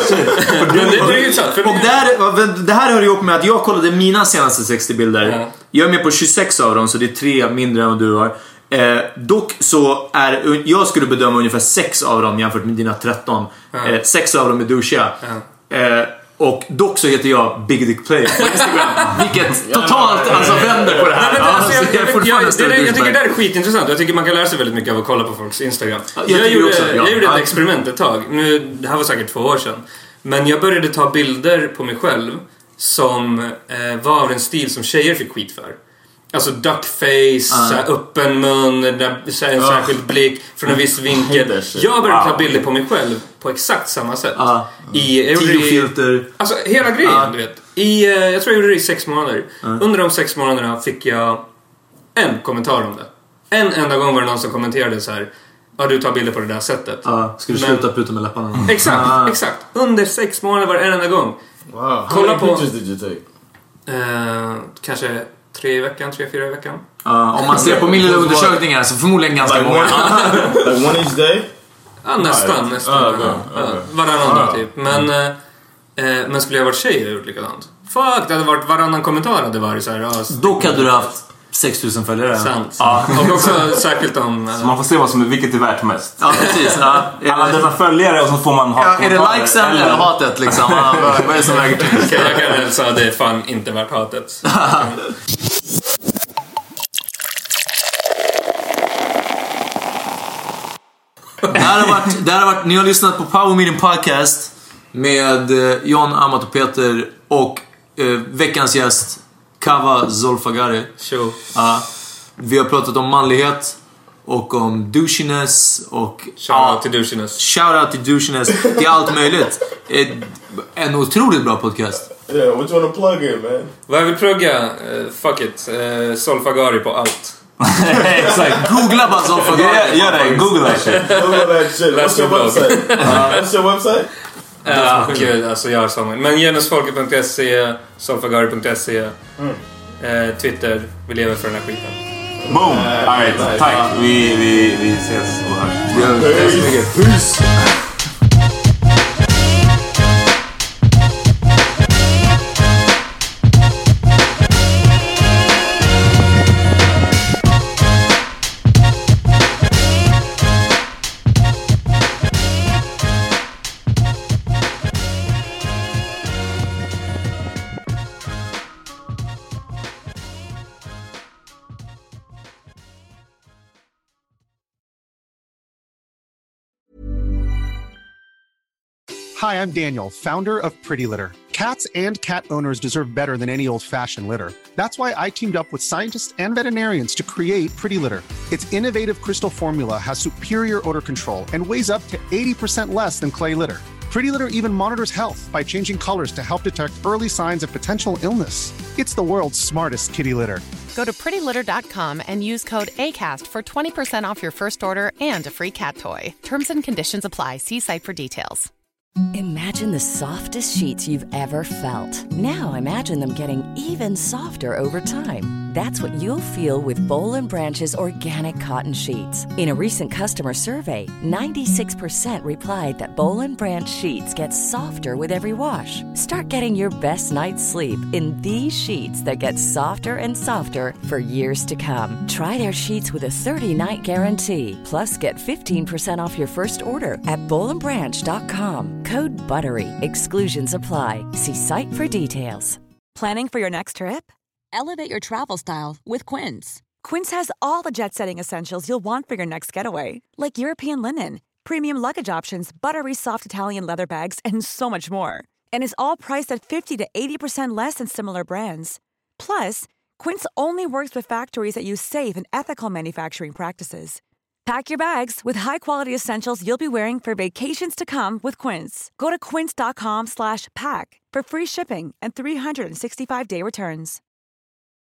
Och det här hör ihop med att jag kollade mina senaste 60 bilder. Jag är med på 26 av dem, så det är 3 mindre än vad du har. Dock så är jag skulle bedöma ungefär 6 av dem jämfört med dina 13. 6 av dem är douchiga. Och dock så heter jag Big Dick Play på Instagram. Vilket totalt alltså vänder på det här. Jag tycker det där är skitintressant. Jag tycker man kan lära sig väldigt mycket av att kolla på folks Instagram. Jag gjorde ett experiment ett tag. Det här var säkert 2 år sedan. Men jag började ta bilder på mig själv som var av en stil som tjejer fick skit för. Alltså duckface, öppen mun, en särskild blick från en viss vinkel. Jag började ta bilder på mig själv på exakt samma sätt. Filter. Alltså hela grejen, du vet. Jag tror jag gjorde det i 6 månader. Under de 6 månaderna fick jag en kommentar om det. En enda gång var det någon som kommenterade så här: ja, du tar bilder på det där sättet. Ska du sluta pruta med läpparna? Exakt. Under 6 månader var det en enda gång. Wow. Kolla på... How many pictures did you take? Kanske 3 i veckan, 3-4 i veckan. Om man ser på min lilla undersökningar så förmodligen ganska många. Like one each day? Ja, nästan. Varannan dag typ. Men skulle jag varit tjej och gjort likadant. Fuck, det hade varit varannan kommentar hade varit så här. Dock hade du haft 6000 följare. Sant. Och också särskilt om... Så man får se vilket är värt mest. Ja, precis. Alla dessa följare och så får man ha... är det likesen eller hatet liksom? Vad är det som väger tyngst? Jag kan väl säga att det är fan inte värt hatet. Det har varit, ni har lyssnat på Power Meeting Podcast med John, Amat och Peter och veckans gäst Kava Zolfagari. Show. Vi har pratat om manlighet och om douchiness och Shoutout till douchiness. Shoutout till douchiness. Det är allt möjligt. En otroligt bra podcast. Yeah, what you wanna plug in, man? Vad jag vill plugga? Fuck it. Zolfagari på allt. Exakt. Googla bara Zolfagari. Gör det, google that shit. What's your website? What's your website? Gud, alltså jag har sån. Men genusfolket.se, Zolfagari.se, Twitter. Vi lever för den här skiten. Boom! Alright, tack. Vi ses och hörs. Peace. Hi, I'm Daniel, founder of Pretty Litter. Cats and cat owners deserve better than any old-fashioned litter. That's why I teamed up with scientists and veterinarians to create Pretty Litter. Its innovative crystal formula has superior odor control and weighs up to 80% less than clay litter. Pretty Litter even monitors health by changing colors to help detect early signs of potential illness. It's the world's smartest kitty litter. Go to prettylitter.com and use code ACAST for 20% off your first order and a free cat toy. Terms and conditions apply. See site for details. Imagine the softest sheets you've ever felt. Now imagine them getting even softer over time. That's what you'll feel with Boll & Branch's organic cotton sheets. In a recent customer survey, 96% replied that Boll & Branch sheets get softer with every wash. Start getting your best night's sleep in these sheets that get softer and softer for years to come. Try their sheets with a 30-night guarantee. Plus, get 15% off your first order at bollandbranch.com. Code BUTTERY. Exclusions apply. See site for details. Planning for your next trip? Elevate your travel style with Quince. Quince has all the jet-setting essentials you'll want for your next getaway, like European linen, premium luggage options, buttery soft Italian leather bags, and so much more. And is all priced at 50 to 80% less than similar brands. Plus, Quince only works with factories that use safe and ethical manufacturing practices. Pack your bags with high-quality essentials you'll be wearing for vacations to come with Quince. Go to quince.com/pack for free shipping and 365-day returns.